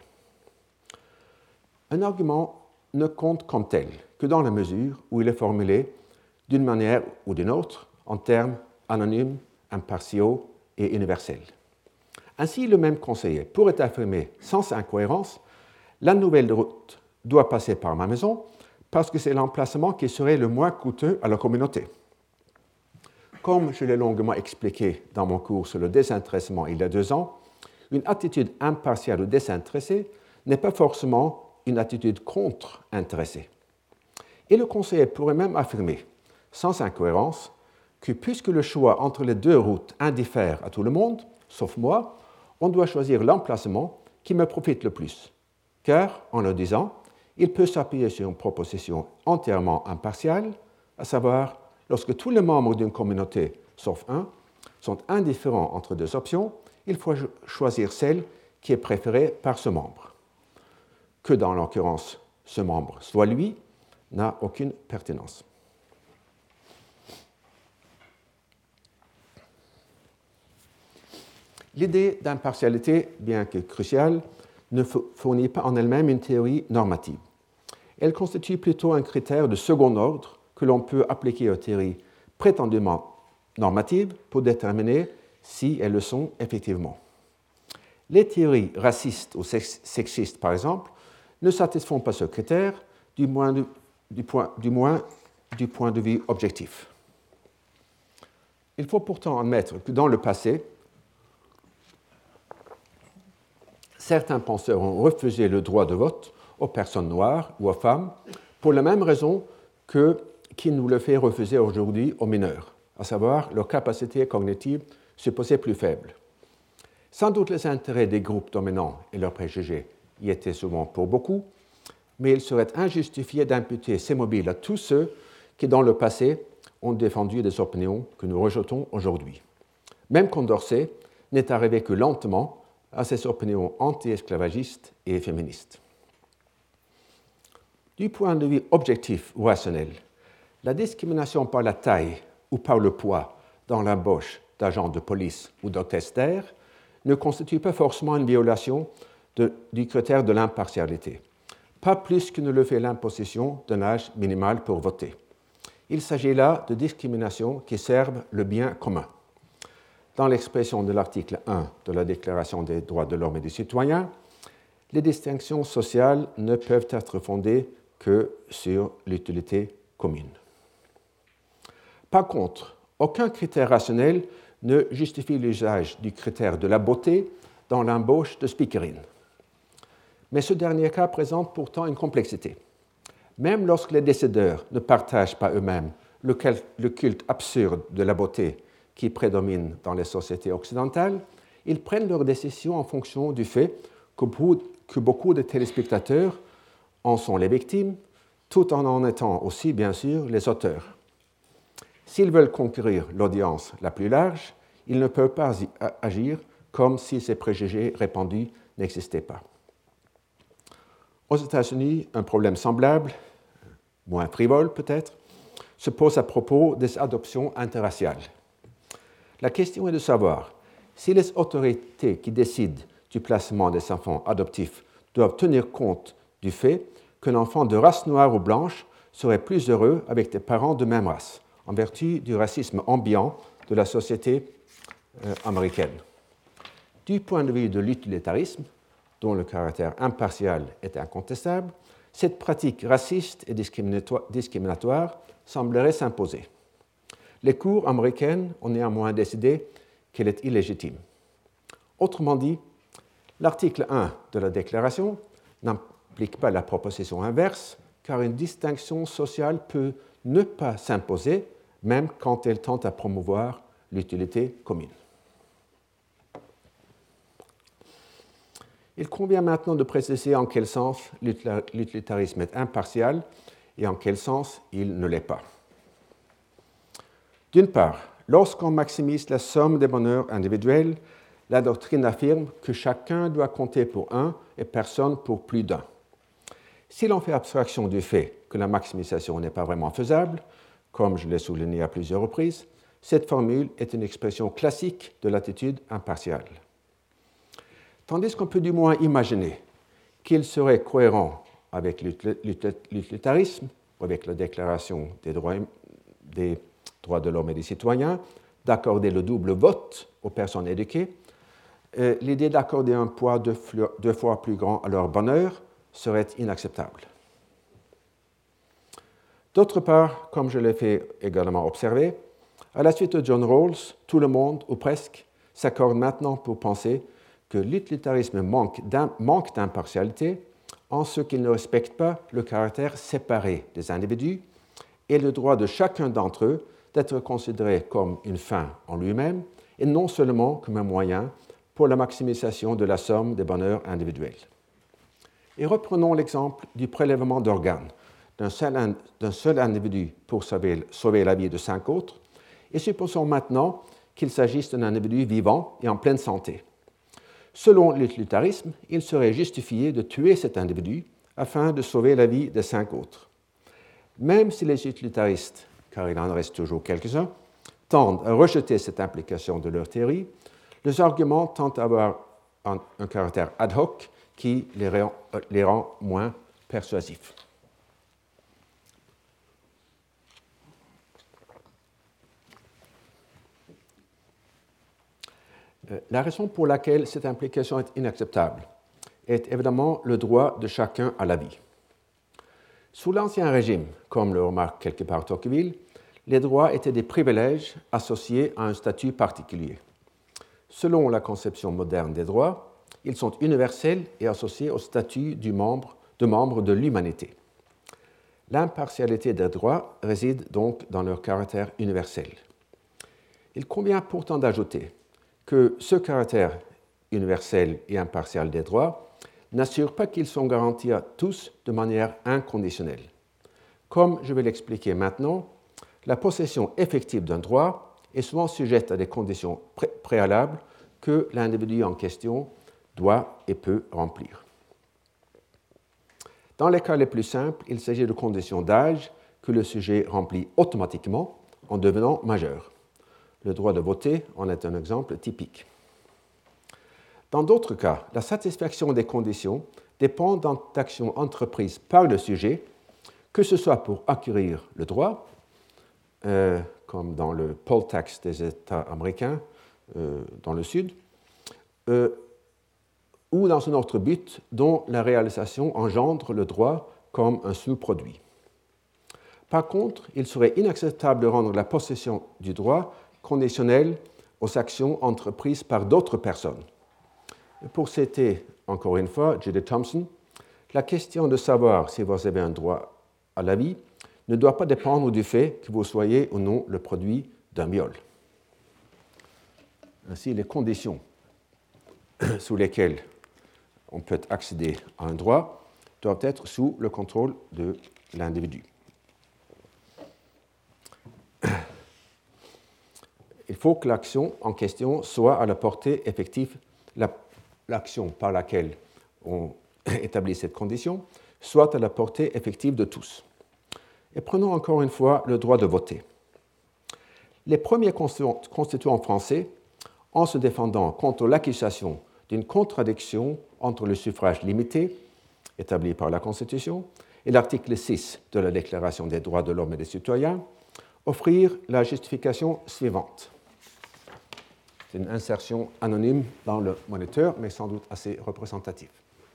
Un argument ne compte comme tel que dans la mesure où il est formulé d'une manière ou d'une autre en termes anonymes, impartiaux et universels. Ainsi, le même conseiller pourrait affirmer sans incohérence « La nouvelle route doit passer par ma maison parce que c'est l'emplacement qui serait le moins coûteux à la communauté. » Comme je l'ai longuement expliqué dans mon cours sur le désintéressement il y a deux ans, une attitude impartiale ou désintéressée n'est pas forcément une attitude contre-intéressée. Et le conseiller pourrait même affirmer, sans incohérence, que puisque le choix entre les deux routes indiffère à tout le monde, sauf moi, on doit choisir l'emplacement qui me profite le plus. Car, en le disant, il peut s'appuyer sur une proposition entièrement impartiale, à savoir, lorsque tous les membres d'une communauté, sauf un, sont indifférents entre deux options, il faut choisir celle qui est préférée par ce membre. Que dans l'occurrence, ce membre soit lui, n'a aucune pertinence. L'idée d'impartialité, bien que cruciale, ne fournit pas en elle-même une théorie normative. Elle constitue plutôt un critère de second ordre que l'on peut appliquer aux théories prétendument normatives pour déterminer si elles le sont effectivement. Les théories racistes ou sexistes, par exemple, ne satisfont pas ce critère, du moins du, du, point, du, moins du point de vue objectif. Il faut pourtant admettre que dans le passé, certains penseurs ont refusé le droit de vote aux personnes noires ou aux femmes pour la même raison que qui nous le fait refuser aujourd'hui aux mineurs, à savoir leur capacité cognitive supposée plus faible. Sans doute les intérêts des groupes dominants et leurs préjugés y étaient souvent pour beaucoup, mais il serait injustifié d'imputer ces mobiles à tous ceux qui, dans le passé, ont défendu des opinions que nous rejetons aujourd'hui. Même Condorcet n'est arrivé que lentement à ces opinions anti-esclavagistes et féministes. Du point de vue objectif ou rationnel, la discrimination par la taille ou par le poids dans l'embauche d'agents de police ou d'hôtesses d'air ne constitue pas forcément une violation de, du critère de l'impartialité, pas plus que ne le fait l'imposition d'un âge minimal pour voter. Il s'agit là de discriminations qui servent le bien commun. Dans l'expression de l'article un de la Déclaration des droits de l'homme et du citoyen, les distinctions sociales ne peuvent être fondées que sur l'utilité commune. Par contre, aucun critère rationnel ne justifie l'usage du critère de la beauté dans l'embauche de speakerines. Mais ce dernier cas présente pourtant une complexité. Même lorsque les décideurs ne partagent pas eux-mêmes le culte absurde de la beauté qui prédomine dans les sociétés occidentales, ils prennent leurs décisions en fonction du fait que beaucoup de téléspectateurs en sont les victimes, tout en en étant aussi, bien sûr, les auteurs. S'ils veulent conquérir l'audience la plus large, ils ne peuvent pas agir comme si ces préjugés répandus n'existaient pas. Aux États-Unis, un problème semblable, moins frivole peut-être, se pose à propos des adoptions interraciales. La question est de savoir si les autorités qui décident du placement des enfants adoptifs doivent tenir compte du fait qu'un enfant de race noire ou blanche serait plus heureux avec des parents de même race, en vertu du racisme ambiant de la société euh, américaine. Du point de vue de l'utilitarisme, dont le caractère impartial est incontestable, cette pratique raciste et discriminatoire semblerait s'imposer. Les cours américaines ont néanmoins décidé qu'elle est illégitime. Autrement dit, l'article un de la Déclaration n'implique pas la proposition inverse, car une distinction sociale peut ne pas s'imposer, même quand elle tente à promouvoir l'utilité commune. Il convient maintenant de préciser en quel sens l'utilitarisme est impartial et en quel sens il ne l'est pas. D'une part, lorsqu'on maximise la somme des bonheurs individuels, la doctrine affirme que chacun doit compter pour un et personne pour plus d'un. Si l'on fait abstraction du fait que la maximisation n'est pas vraiment faisable, comme je l'ai souligné à plusieurs reprises, cette formule est une expression classique de l'attitude impartiale. Tandis qu'on peut du moins imaginer qu'il serait cohérent avec l'utilitarisme, avec la Déclaration des droits, des droits de l'homme et des citoyens, d'accorder le double vote aux personnes éduquées, l'idée d'accorder un poids deux, deux fois plus grand à leur bonheur serait inacceptable. D'autre part, comme je l'ai fait également observer, à la suite de John Rawls, tout le monde, ou presque, s'accorde maintenant pour penser que l'utilitarisme manque d'impartialité en ce qu'il ne respecte pas le caractère séparé des individus et le droit de chacun d'entre eux d'être considéré comme une fin en lui-même et non seulement comme un moyen pour la maximisation de la somme des bonheurs individuels. Et reprenons l'exemple du prélèvement d'organes d'un seul, d'un seul individu pour sauver, sauver la vie de cinq autres, et supposons maintenant qu'il s'agisse d'un individu vivant et en pleine santé. Selon l'utilitarisme, il serait justifié de tuer cet individu afin de sauver la vie des cinq autres. Même si les utilitaristes, car il en reste toujours quelques-uns, tendent à rejeter cette implication de leur théorie, les arguments tendent à avoir un, un caractère ad hoc qui les rend, les rend moins persuasifs. La raison pour laquelle cette implication est inacceptable est évidemment le droit de chacun à la vie. Sous l'Ancien Régime, comme le remarque quelque part Tocqueville, les droits étaient des privilèges associés à un statut particulier. Selon la conception moderne des droits, ils sont universels et associés au statut du membre, de membre de l'humanité. L'impartialité des droits réside donc dans leur caractère universel. Il convient pourtant d'ajouter que ce caractère universel et impartial des droits n'assure pas qu'ils sont garantis à tous de manière inconditionnelle. Comme je vais l'expliquer maintenant, la possession effective d'un droit est souvent sujette à des conditions pré- préalables que l'individu en question doit et peut remplir. Dans les cas les plus simples, il s'agit de conditions d'âge que le sujet remplit automatiquement en devenant majeur. Le droit de voter en est un exemple typique. Dans d'autres cas, la satisfaction des conditions dépend d'actions entreprises par le sujet, que ce soit pour acquérir le droit, euh, comme dans le poll tax des États américains euh, dans le Sud, euh, ou dans un autre but dont la réalisation engendre le droit comme un sous-produit. Par contre, il serait inacceptable de rendre la possession du droit conditionnelle aux actions entreprises par d'autres personnes. Et pour citer encore une fois Judith Thomson, la question de savoir si vous avez un droit à la vie ne doit pas dépendre du fait que vous soyez ou non le produit d'un viol. Ainsi, les conditions sous lesquelles on peut accéder à un droit doivent être sous le contrôle de l'individu. Il faut que l'action en question soit à la portée effective, la, l'action par laquelle on établit cette condition soit à la portée effective de tous. Et prenons encore une fois le droit de voter. Les premiers constituants français, en se défendant contre l'accusation d'une contradiction entre le suffrage limité, établi par la Constitution, et l'article six de la Déclaration des droits de l'homme et des citoyens, offrir la justification suivante. C'est une insertion anonyme dans le moniteur, mais sans doute assez représentative.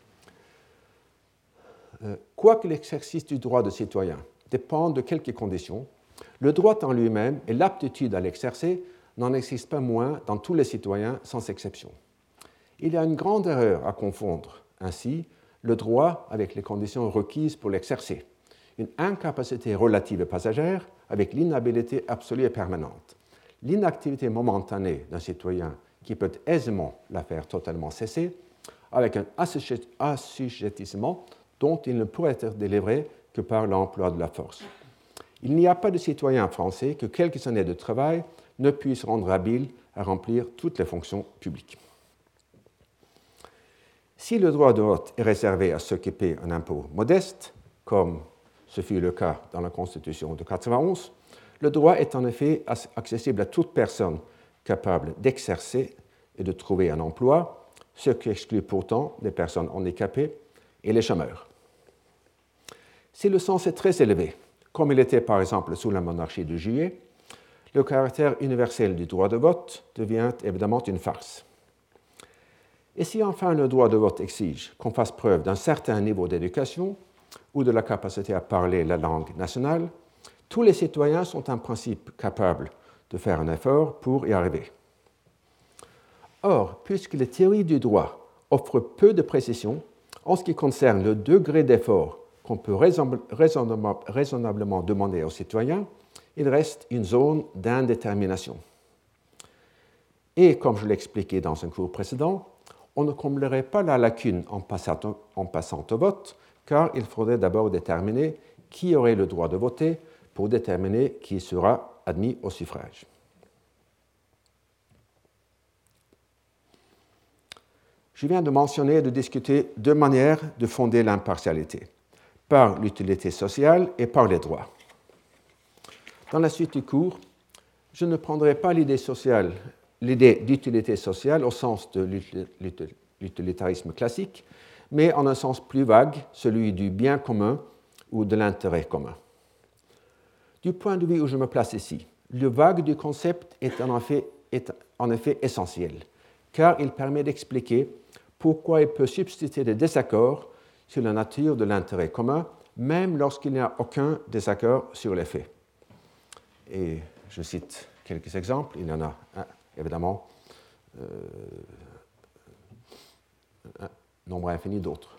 Euh, quoique l'exercice du droit de citoyen dépende de quelques conditions, le droit en lui-même et l'aptitude à l'exercer n'en existent pas moins dans tous les citoyens, sans exception. Il y a une grande erreur à confondre ainsi le droit avec les conditions requises pour l'exercer, une incapacité relative et passagère avec l'inhabilité absolue et permanente. L'inactivité momentanée d'un citoyen qui peut aisément la faire totalement cesser, avec un assujettissement dont il ne pourrait être délivré que par l'emploi de la force. Il n'y a pas de citoyen français que quelques années de travail ne puissent rendre habile à remplir toutes les fonctions publiques. Si le droit de vote est réservé à ceux qui paient un impôt modeste, comme ce fut le cas dans la Constitution de mille neuf cent quatre-vingt-onze, le droit est en effet accessible à toute personne capable d'exercer et de trouver un emploi, ce qui exclut pourtant les personnes handicapées et les chômeurs. Si le sens est très élevé, comme il était par exemple sous la monarchie de Juillet, le caractère universel du droit de vote devient évidemment une farce. Et si enfin le droit de vote exige qu'on fasse preuve d'un certain niveau d'éducation ou de la capacité à parler la langue nationale, tous les citoyens sont en principe capables de faire un effort pour y arriver. Or, puisque les théories du droit offrent peu de précision en ce qui concerne le degré d'effort qu'on peut raisonnablement demander aux citoyens, il reste une zone d'indétermination. Et comme je l'ai expliqué dans un cours précédent, on ne comblerait pas la lacune en passant, en passant au vote, car il faudrait d'abord déterminer qui aurait le droit de voter pour déterminer qui sera admis au suffrage. Je viens de mentionner et de discuter deux manières de fonder l'impartialité, par l'utilité sociale et par les droits. Dans la suite du cours, je ne prendrai pas l'idée sociale, l'idée d'utilité sociale au sens de l'utilitarisme classique, mais en un sens plus vague, celui du bien commun ou de l'intérêt commun. Du point de vue où je me place ici, le vague du concept est en effet, est en effet essentiel, car il permet d'expliquer pourquoi il peut subsister des désaccords sur la nature de l'intérêt commun, même lorsqu'il n'y a aucun désaccord sur les faits. Et je cite quelques exemples, il y en a un, évidemment euh, un nombre infini d'autres.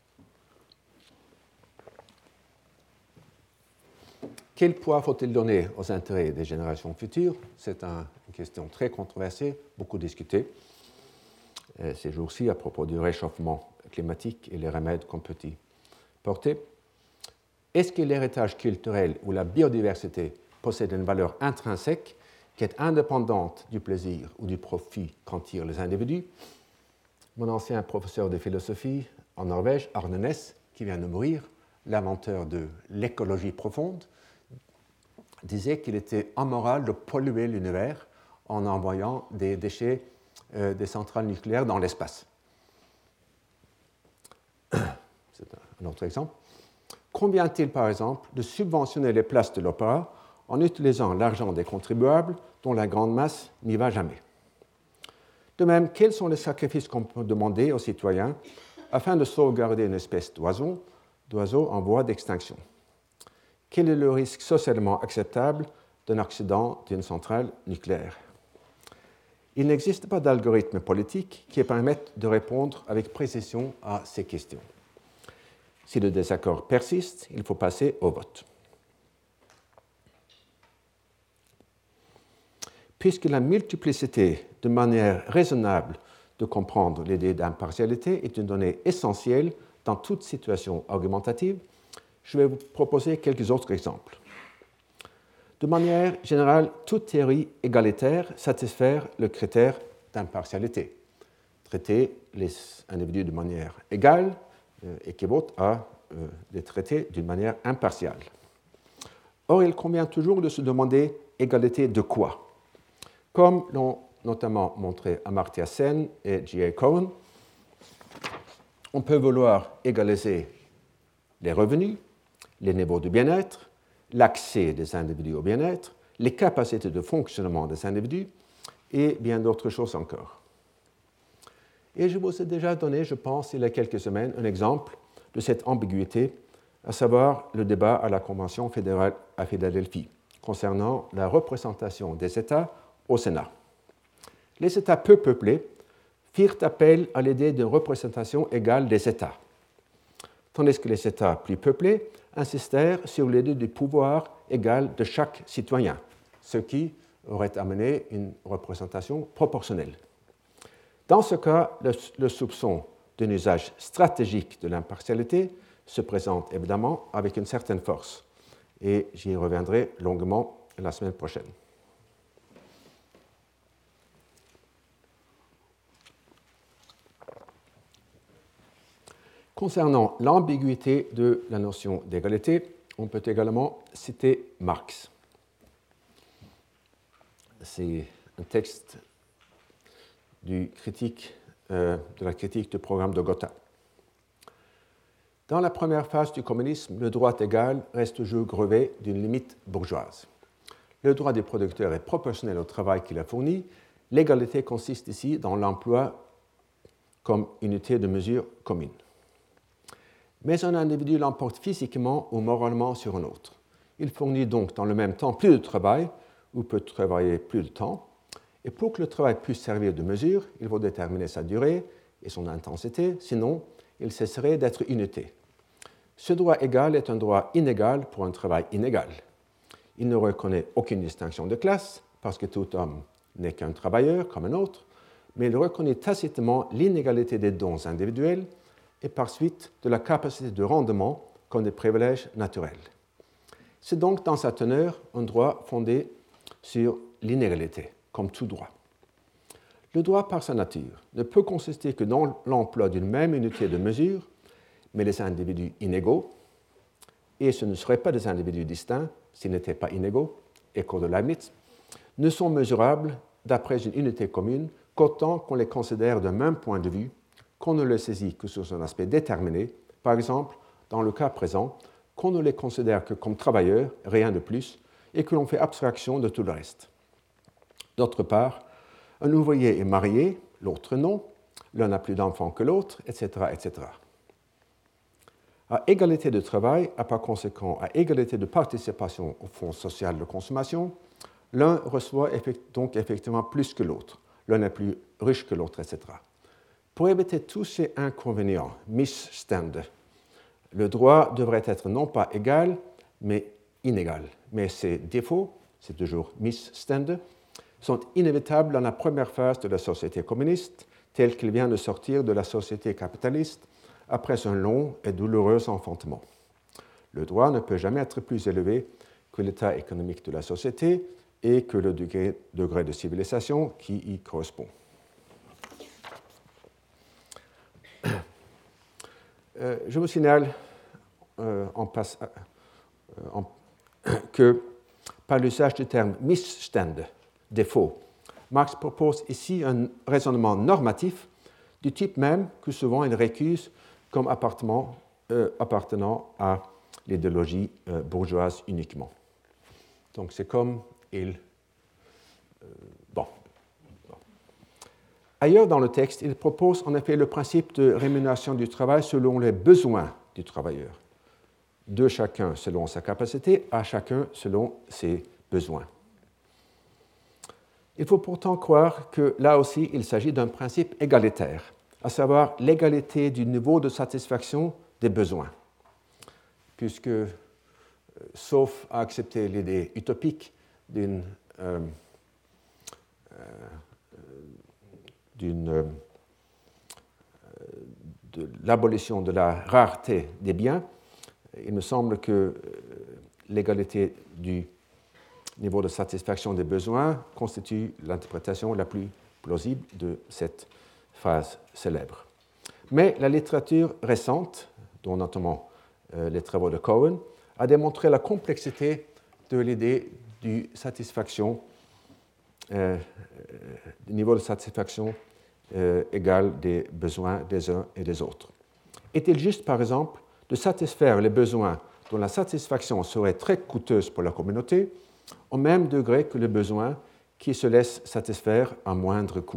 Quel poids faut-il donner aux intérêts des générations futures? C'est un, une question très controversée, beaucoup discutée euh, ces jours-ci à propos du réchauffement climatique et les remèdes qu'on peut y porter. Est-ce que l'héritage culturel ou la biodiversité possède une valeur intrinsèque qui est indépendante du plaisir ou du profit qu'en tirent les individus? Mon ancien professeur de philosophie en Norvège, Arne Næss, qui vient de mourir, l'inventeur de l'écologie profonde, disait qu'il était amoral de polluer l'univers en envoyant des déchets euh, des centrales nucléaires dans l'espace. C'est un autre exemple. Convient-il, par exemple, de subventionner les places de l'opéra en utilisant l'argent des contribuables dont la grande masse n'y va jamais? De même, quels sont les sacrifices qu'on peut demander aux citoyens afin de sauvegarder une espèce d'oiseau, d'oiseau en voie d'extinction? Quel est le risque socialement acceptable d'un accident d'une centrale nucléaire? Il n'existe pas d'algorithme politique qui permette de répondre avec précision à ces questions. Si le désaccord persiste, il faut passer au vote. Puisque la multiplicité de manières raisonnables de comprendre l'idée d'impartialité est une donnée essentielle dans toute situation argumentative, je vais vous proposer quelques autres exemples. De manière générale, toute théorie égalitaire satisfait le critère d'impartialité. Traiter les individus de manière égale euh, équivaut à euh, les traiter d'une manière impartiale. Or, il convient toujours de se demander égalité de quoi? Comme l'ont notamment montré Amartya Sen et J A Cohen, on peut vouloir égaliser les revenus, les niveaux de bien-être, l'accès des individus au bien-être, les capacités de fonctionnement des individus et bien d'autres choses encore. Et je vous ai déjà donné, je pense, il y a quelques semaines, un exemple de cette ambiguïté, à savoir le débat à la Convention fédérale à Philadelphie concernant la représentation des États au Sénat. Les États peu peuplés firent appel à l'idée d'une représentation égale des États, tandis que les États plus peuplés insistèrent sur l'idée du pouvoir égal de chaque citoyen, ce qui aurait amené une représentation proportionnelle. Dans ce cas, le, le soupçon d'un usage stratégique de l'impartialité se présente évidemment avec une certaine force, et j'y reviendrai longuement la semaine prochaine. Concernant l'ambiguïté de la notion d'égalité, on peut également citer Marx. C'est un texte du critique, euh, de la critique du programme de Gotha. Dans la première phase du communisme, le droit égal reste toujours grevé d'une limite bourgeoise. Le droit du producteur est proportionnel au travail qu'il a fourni. L'égalité consiste ici dans l'emploi comme unité de mesure commune. Mais un individu l'emporte physiquement ou moralement sur un autre. Il fournit donc dans le même temps plus de travail ou peut travailler plus de temps. Et pour que le travail puisse servir de mesure, il faut déterminer sa durée et son intensité, sinon il cesserait d'être unité. Ce droit égal est un droit inégal pour un travail inégal. Il ne reconnaît aucune distinction de classe, parce que tout homme n'est qu'un travailleur comme un autre, mais il reconnaît tacitement l'inégalité des dons individuels et par suite de la capacité de rendement comme des privilèges naturels. C'est donc dans sa teneur un droit fondé sur l'inégalité, comme tout droit. Le droit, par sa nature, ne peut consister que dans l'emploi d'une même unité de mesure, mais les individus inégaux, et ce ne seraient pas des individus distincts s'ils n'étaient pas inégaux, écho de Leibniz, ne sont mesurables d'après une unité commune qu'autant qu'on les considère d'un même point de vue, qu'on ne les saisit que sous un aspect déterminé, par exemple, dans le cas présent, qu'on ne les considère que comme travailleurs, rien de plus, et que l'on fait abstraction de tout le reste. D'autre part, un ouvrier est marié, l'autre non, l'un n'a plus d'enfants que l'autre, et cetera, et cetera. À égalité de travail, et par conséquent à égalité de participation au fonds social de consommation, l'un reçoit donc effectivement plus que l'autre, l'un est plus riche que l'autre, et cetera. Pour éviter tous ces inconvénients, missstände, le droit devrait être non pas égal, mais inégal. Mais ces défauts, c'est toujours missstände, sont inévitables dans la première phase de la société communiste, telle qu'il vient de sortir de la société capitaliste après un long et douloureux enfantement. Le droit ne peut jamais être plus élevé que l'état économique de la société et que le degré, degré de civilisation qui y correspond. Euh, je vous signale euh, en passe, euh, en, que par l'usage du terme missstände, défaut, Marx propose ici un raisonnement normatif du type même que souvent il récuse comme appartenant, euh, appartenant à l'idéologie euh, bourgeoise uniquement. Donc c'est comme il... Euh, bon. bon. Ailleurs dans le texte, il propose en effet le principe de rémunération du travail selon les besoins du travailleur, de chacun selon sa capacité, à chacun selon ses besoins. Il faut pourtant croire que là aussi, il s'agit d'un principe égalitaire, à savoir l'égalité du niveau de satisfaction des besoins, puisque, euh, sauf à accepter l'idée utopique d'une, euh, euh, d'une, euh, de l'abolition de la rareté des biens, il me semble que euh, l'égalité du niveau de satisfaction des besoins constitue l'interprétation la plus plausible de cette phrase célèbre. Mais la littérature récente, dont notamment euh, les travaux de Cohen, a démontré la complexité de l'idée du satisfaction, euh, du niveau de satisfaction euh, égal des besoins des uns et des autres. Est-il juste, par exemple, de satisfaire les besoins dont la satisfaction serait très coûteuse pour la communauté, au même degré que le besoin qui se laisse satisfaire à moindre coût.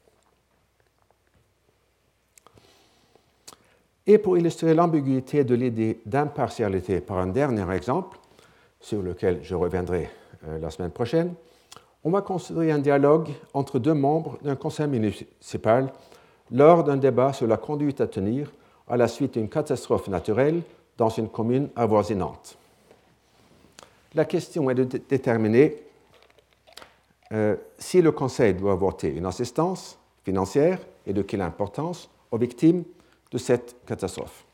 Et pour illustrer l'ambiguïté de l'idée d'impartialité par un dernier exemple, sur lequel je reviendrai euh, la semaine prochaine, on va considérer un dialogue entre deux membres d'un conseil municipal lors d'un débat sur la conduite à tenir à la suite d'une catastrophe naturelle dans une commune avoisinante. La question est de d- déterminer euh, si le conseil doit voter une assistance financière et de quelle importance aux victimes de cette catastrophe.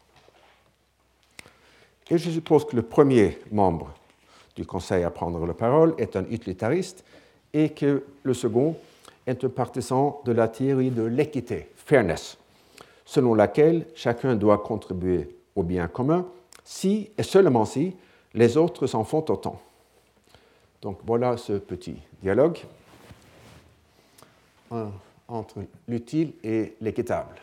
Et je suppose que le premier membre du conseil à prendre la parole est un utilitariste et que le second est un partisan de la théorie de l'équité, fairness, selon laquelle chacun doit contribuer au bien commun si et seulement si les autres s'en font autant. Donc voilà ce petit dialogue entre l'utile et l'équitable.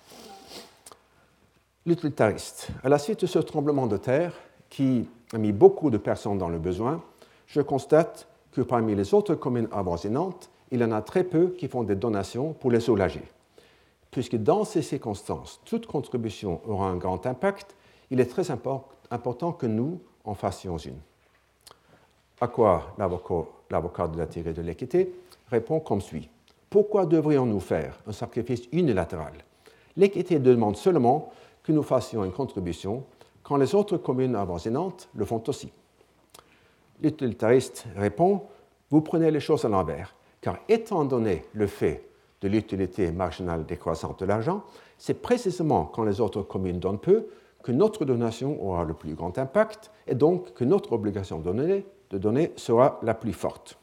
L'utilitariste. À la suite de ce tremblement de terre qui a mis beaucoup de personnes dans le besoin, je constate que parmi les autres communes avoisinantes, il y en a très peu qui font des donations pour les soulager. Puisque dans ces circonstances, toute contribution aura un grand impact, il est très important que nous en fassions une. À quoi l'avocat, l'avocat de la théorie de l'équité répond comme suit. Pourquoi devrions-nous faire un sacrifice unilatéral? L'équité demande seulement que nous fassions une contribution quand les autres communes avoisinantes le font aussi. L'utilitariste répond, vous prenez les choses à l'envers, car étant donné le fait de l'utilité marginale décroissante de l'argent, c'est précisément quand les autres communes donnent peu que notre donation aura le plus grand impact et donc que notre obligation de donner, de donner sera la plus forte.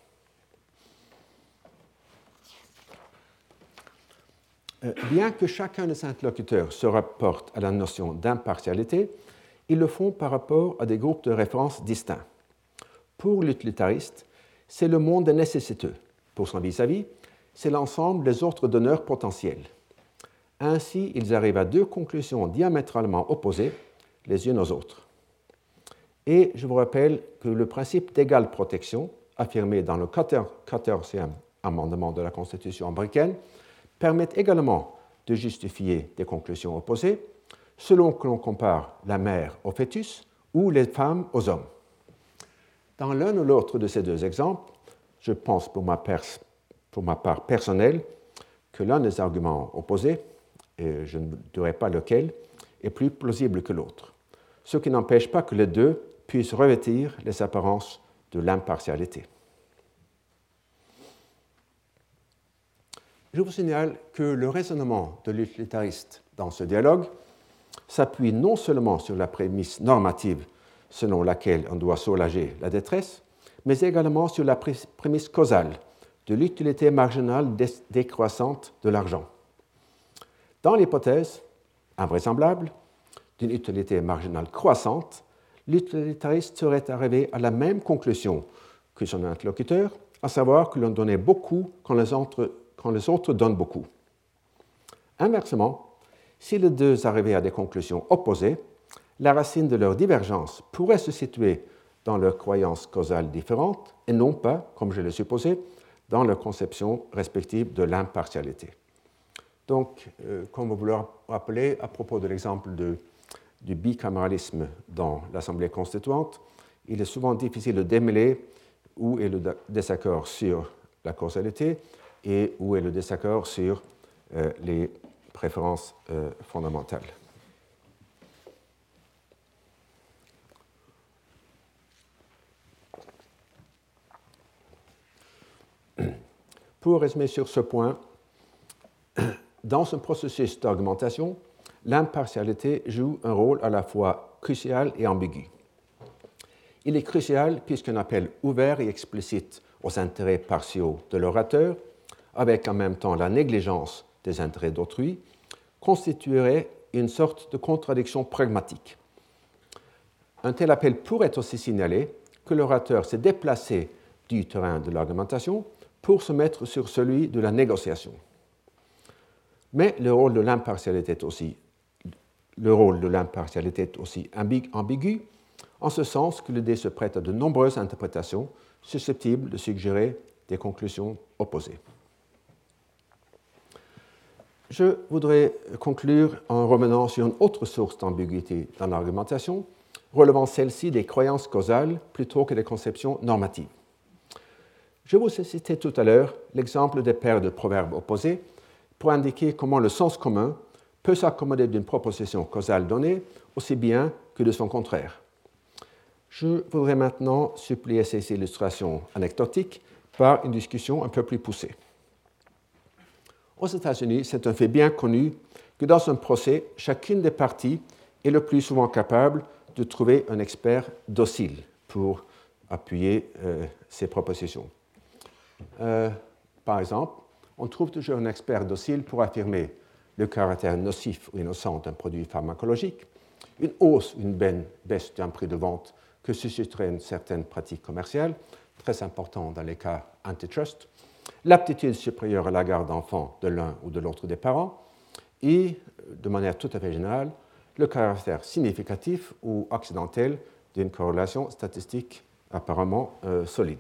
Euh, bien que chacun des interlocuteurs se rapporte à la notion d'impartialité, ils le font par rapport à des groupes de référence distincts. Pour l'utilitariste, c'est le monde des nécessiteux. Pour son vis-à-vis, c'est l'ensemble des autres donneurs potentiels. Ainsi, ils arrivent à deux conclusions diamétralement opposées les unes aux autres. Et je vous rappelle que le principe d'égale protection, affirmé dans le quatorzième amendement de la Constitution américaine, permet également de justifier des conclusions opposées, selon que l'on compare la mère au fœtus ou les femmes aux hommes. Dans l'un ou l'autre de ces deux exemples, je pense pour ma, pers- pour ma part personnelle que l'un des arguments opposés, et je ne dirai pas lequel, est plus plausible que l'autre, ce qui n'empêche pas que les deux puissent revêtir les apparences de l'impartialité. Je vous signale que le raisonnement de l'utilitariste dans ce dialogue s'appuie non seulement sur la prémisse normative selon laquelle on doit soulager la détresse, mais également sur la prémisse causale de l'utilité marginale décroissante de l'argent. Dans l'hypothèse invraisemblable d'une utilité marginale croissante, l'utilitariste serait arrivé à la même conclusion que son interlocuteur, à savoir que l'on donnait beaucoup quand les autres, quand les autres donnent beaucoup. Inversement, si les deux arrivaient à des conclusions opposées, la racine de leur divergence pourrait se situer dans leurs croyances causales différentes et non pas, comme je l'ai supposé, dans leur conception respective de l'impartialité. Donc, euh, comme vous le rappelez, à propos de l'exemple de, du bicaméralisme dans l'Assemblée constituante, il est souvent difficile de démêler où est le désaccord sur la causalité et où est le désaccord sur euh, les préférences euh, fondamentales. Pour résumer sur ce point, dans ce processus d'argumentation, l'impartialité joue un rôle à la fois crucial et ambigu. Il est crucial puisqu'un appel ouvert et explicite aux intérêts partiaux de l'orateur, avec en même temps la négligence des intérêts d'autrui, constituerait une sorte de contradiction pragmatique. Un tel appel pourrait aussi signaler que l'orateur s'est déplacé du terrain de l'argumentation pour se mettre sur celui de la négociation. Mais le rôle de l'impartialité est aussi, le rôle de l'impartialité est aussi ambigu, en ce sens que l'idée se prête à de nombreuses interprétations susceptibles de suggérer des conclusions opposées. Je voudrais conclure en revenant sur une autre source d'ambiguïté dans l'argumentation, relevant celle-ci des croyances causales plutôt que des conceptions normatives. Je vous ai cité tout à l'heure l'exemple des paires de proverbes opposés pour indiquer comment le sens commun peut s'accommoder d'une proposition causale donnée aussi bien que de son contraire. Je voudrais maintenant supplier ces illustrations anecdotiques par une discussion un peu plus poussée. Aux États-Unis, c'est un fait bien connu que dans un procès, chacune des parties est le plus souvent capable de trouver un expert docile pour appuyer euh, ses propositions. Euh, par exemple, on trouve toujours un expert docile pour affirmer le caractère nocif ou innocent d'un produit pharmacologique, une hausse ou une baisse d'un prix de vente que susciterait une certaine pratique commerciale, très important dans les cas antitrust, l'aptitude supérieure à la garde d'enfants de l'un ou de l'autre des parents, et, de manière tout à fait générale, le caractère significatif ou accidentel d'une corrélation statistique apparemment euh, solide.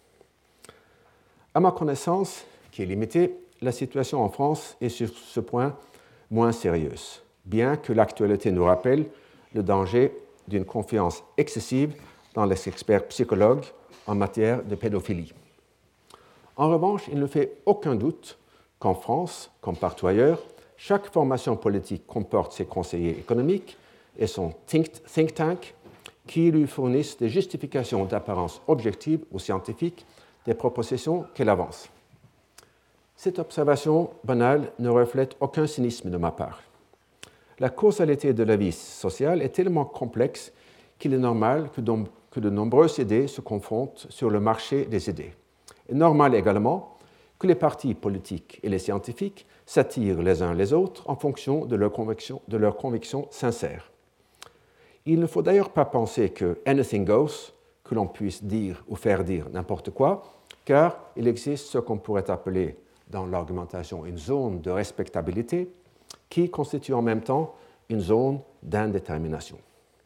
À ma connaissance, qui est limitée, la situation en France est sur ce point moins sérieuse, bien que l'actualité nous rappelle le danger d'une confiance excessive dans les experts psychologues en matière de pédophilie. En revanche, il ne fait aucun doute qu'en France, comme partout ailleurs, chaque formation politique comporte ses conseillers économiques et son think, think tank qui lui fournissent des justifications d'apparence objective ou scientifique des propositions qu'elle avance. Cette observation banale ne reflète aucun cynisme de ma part. La causalité de la vie sociale est tellement complexe qu'il est normal que, donc, que de nombreuses idées se confrontent sur le marché des idées. Il est normal également que les partis politiques et les scientifiques s'attirent les uns les autres en fonction de leurs convictions, de leurs convictions sincères. Il ne faut d'ailleurs pas penser que anything goes, que l'on puisse dire ou faire dire n'importe quoi, car il existe ce qu'on pourrait appeler dans l'argumentation une zone de respectabilité qui constitue en même temps une zone d'indétermination.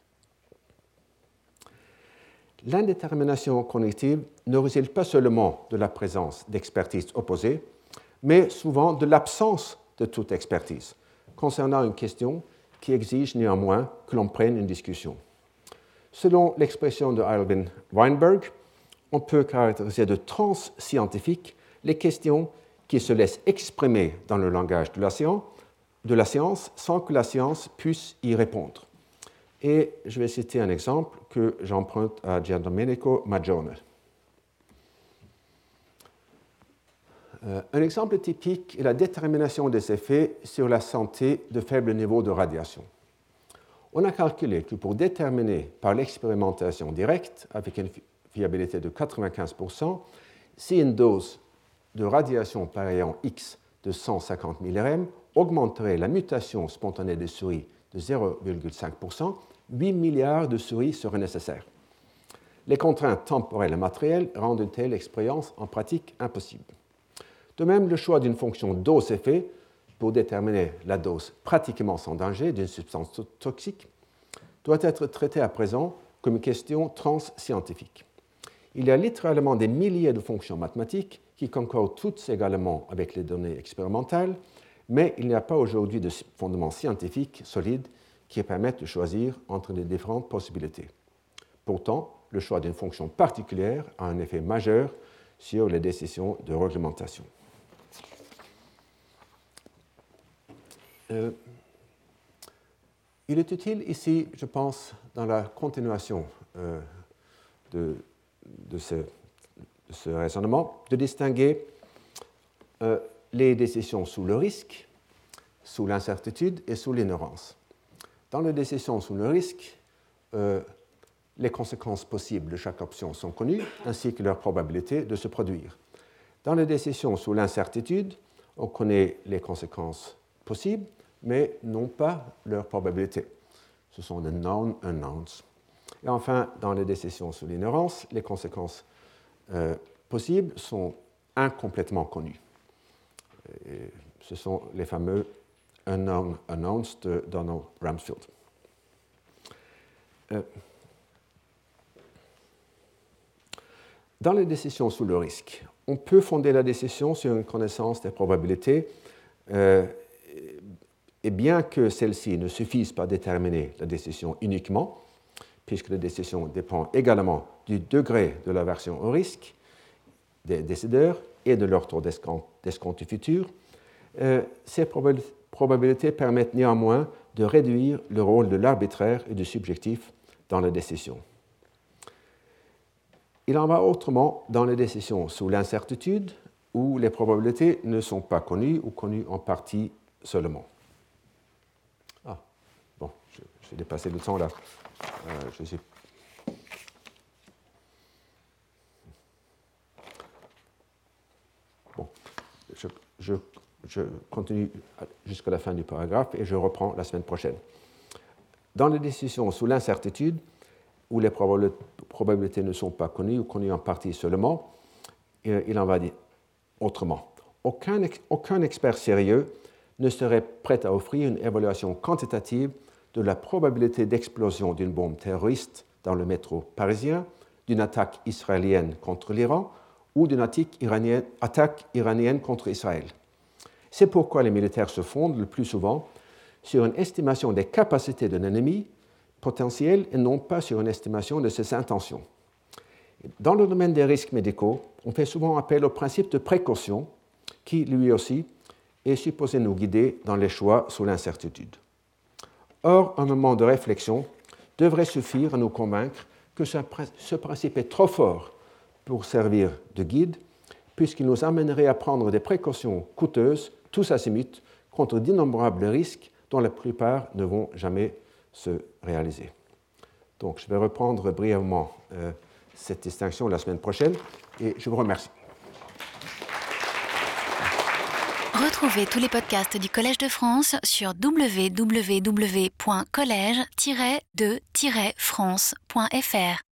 L'indétermination cognitive ne résulte pas seulement de la présence d'expertises opposées, mais souvent de l'absence de toute expertise concernant une question qui exige néanmoins que l'on prenne une discussion. Selon l'expression de Alvin Weinberg, on peut caractériser de transscientifiques les questions qui se laissent exprimer dans le langage de la science, de la science sans que la science puisse y répondre. Et je vais citer un exemple que j'emprunte à Giandomenico Maggione. Euh, un exemple typique est la détermination des effets sur la santé de faibles niveaux de radiation. On a calculé que pour déterminer par l'expérimentation directe, avec une fiabilité de quatre-vingt-quinze pour cent, si une dose de radiation par rayon X de cent cinquante millirem augmenterait la mutation spontanée des souris de zéro virgule cinq pour cent, huit milliards de souris seraient nécessaires. Les contraintes temporelles et matérielles rendent une telle expérience en pratique impossible. De même, le choix d'une fonction dose-effet pour déterminer la dose pratiquement sans danger d'une substance toxique doit être traité à présent comme une question transscientifique. Il y a littéralement des milliers de fonctions mathématiques qui concordent toutes également avec les données expérimentales, mais il n'y a pas aujourd'hui de fondements scientifiques solides qui permettent de choisir entre les différentes possibilités. Pourtant, le choix d'une fonction particulière a un effet majeur sur les décisions de réglementation. Euh, il est utile ici, je pense, dans la continuation euh, de, de, ce, de ce raisonnement, de distinguer euh, les décisions sous le risque, sous l'incertitude et sous l'ignorance. Dans les décisions sous le risque, euh, les conséquences possibles de chaque option sont connues, ainsi que leur probabilité de se produire. Dans les décisions sous l'incertitude, on connaît les conséquences possibles, mais non pas leur probabilité. Ce sont des known unknowns. Et enfin, dans les décisions sous l'ignorance, les conséquences euh, possibles sont incomplètement connues. Et ce sont les fameux unknown unknowns de Donald Rumsfeld. Euh, Dans les décisions sous le risque, on peut fonder la décision sur une connaissance des probabilités, euh, et bien que celle-ci ne suffise pas à déterminer la décision uniquement, puisque la décision dépend également du degré de l'aversion au risque des décideurs et de leur taux d'escompte futur, euh, ces probab- probabilités permettent néanmoins de réduire le rôle de l'arbitraire et du subjectif dans la décision. Il en va autrement dans les décisions sous l'incertitude, où les probabilités ne sont pas connues ou connues en partie seulement. Ah, bon, je, je vais dépasser le temps là. Euh, je suis... Bon, je, je, je continue jusqu'à la fin du paragraphe et je reprends la semaine prochaine. Dans les décisions sous l'incertitude, où les probabilités ne sont pas connues ou connues en partie seulement, il en va dire autrement. Aucun, aucun expert sérieux ne serait prêt à offrir une évaluation quantitative de la probabilité d'explosion d'une bombe terroriste dans le métro parisien, d'une attaque israélienne contre l'Iran ou d'une attaque iranienne, attaque iranienne contre Israël. C'est pourquoi les militaires se fondent le plus souvent sur une estimation des capacités d'un ennemi potentiel et non pas sur une estimation de ses intentions. Dans le domaine des risques médicaux, on fait souvent appel au principe de précaution qui, lui aussi, est supposé nous guider dans les choix sous l'incertitude. Or, un moment de réflexion devrait suffire à nous convaincre que ce principe est trop fort pour servir de guide, puisqu'il nous amènerait à prendre des précautions coûteuses, tous azimuts, contre d'innombrables risques dont la plupart ne vont jamais se réaliser. Donc, je vais reprendre brièvement euh, cette distinction la semaine prochaine et je vous remercie. Retrouvez tous les podcasts du Collège de France sur w w w point collège tiret de tiret france point f r.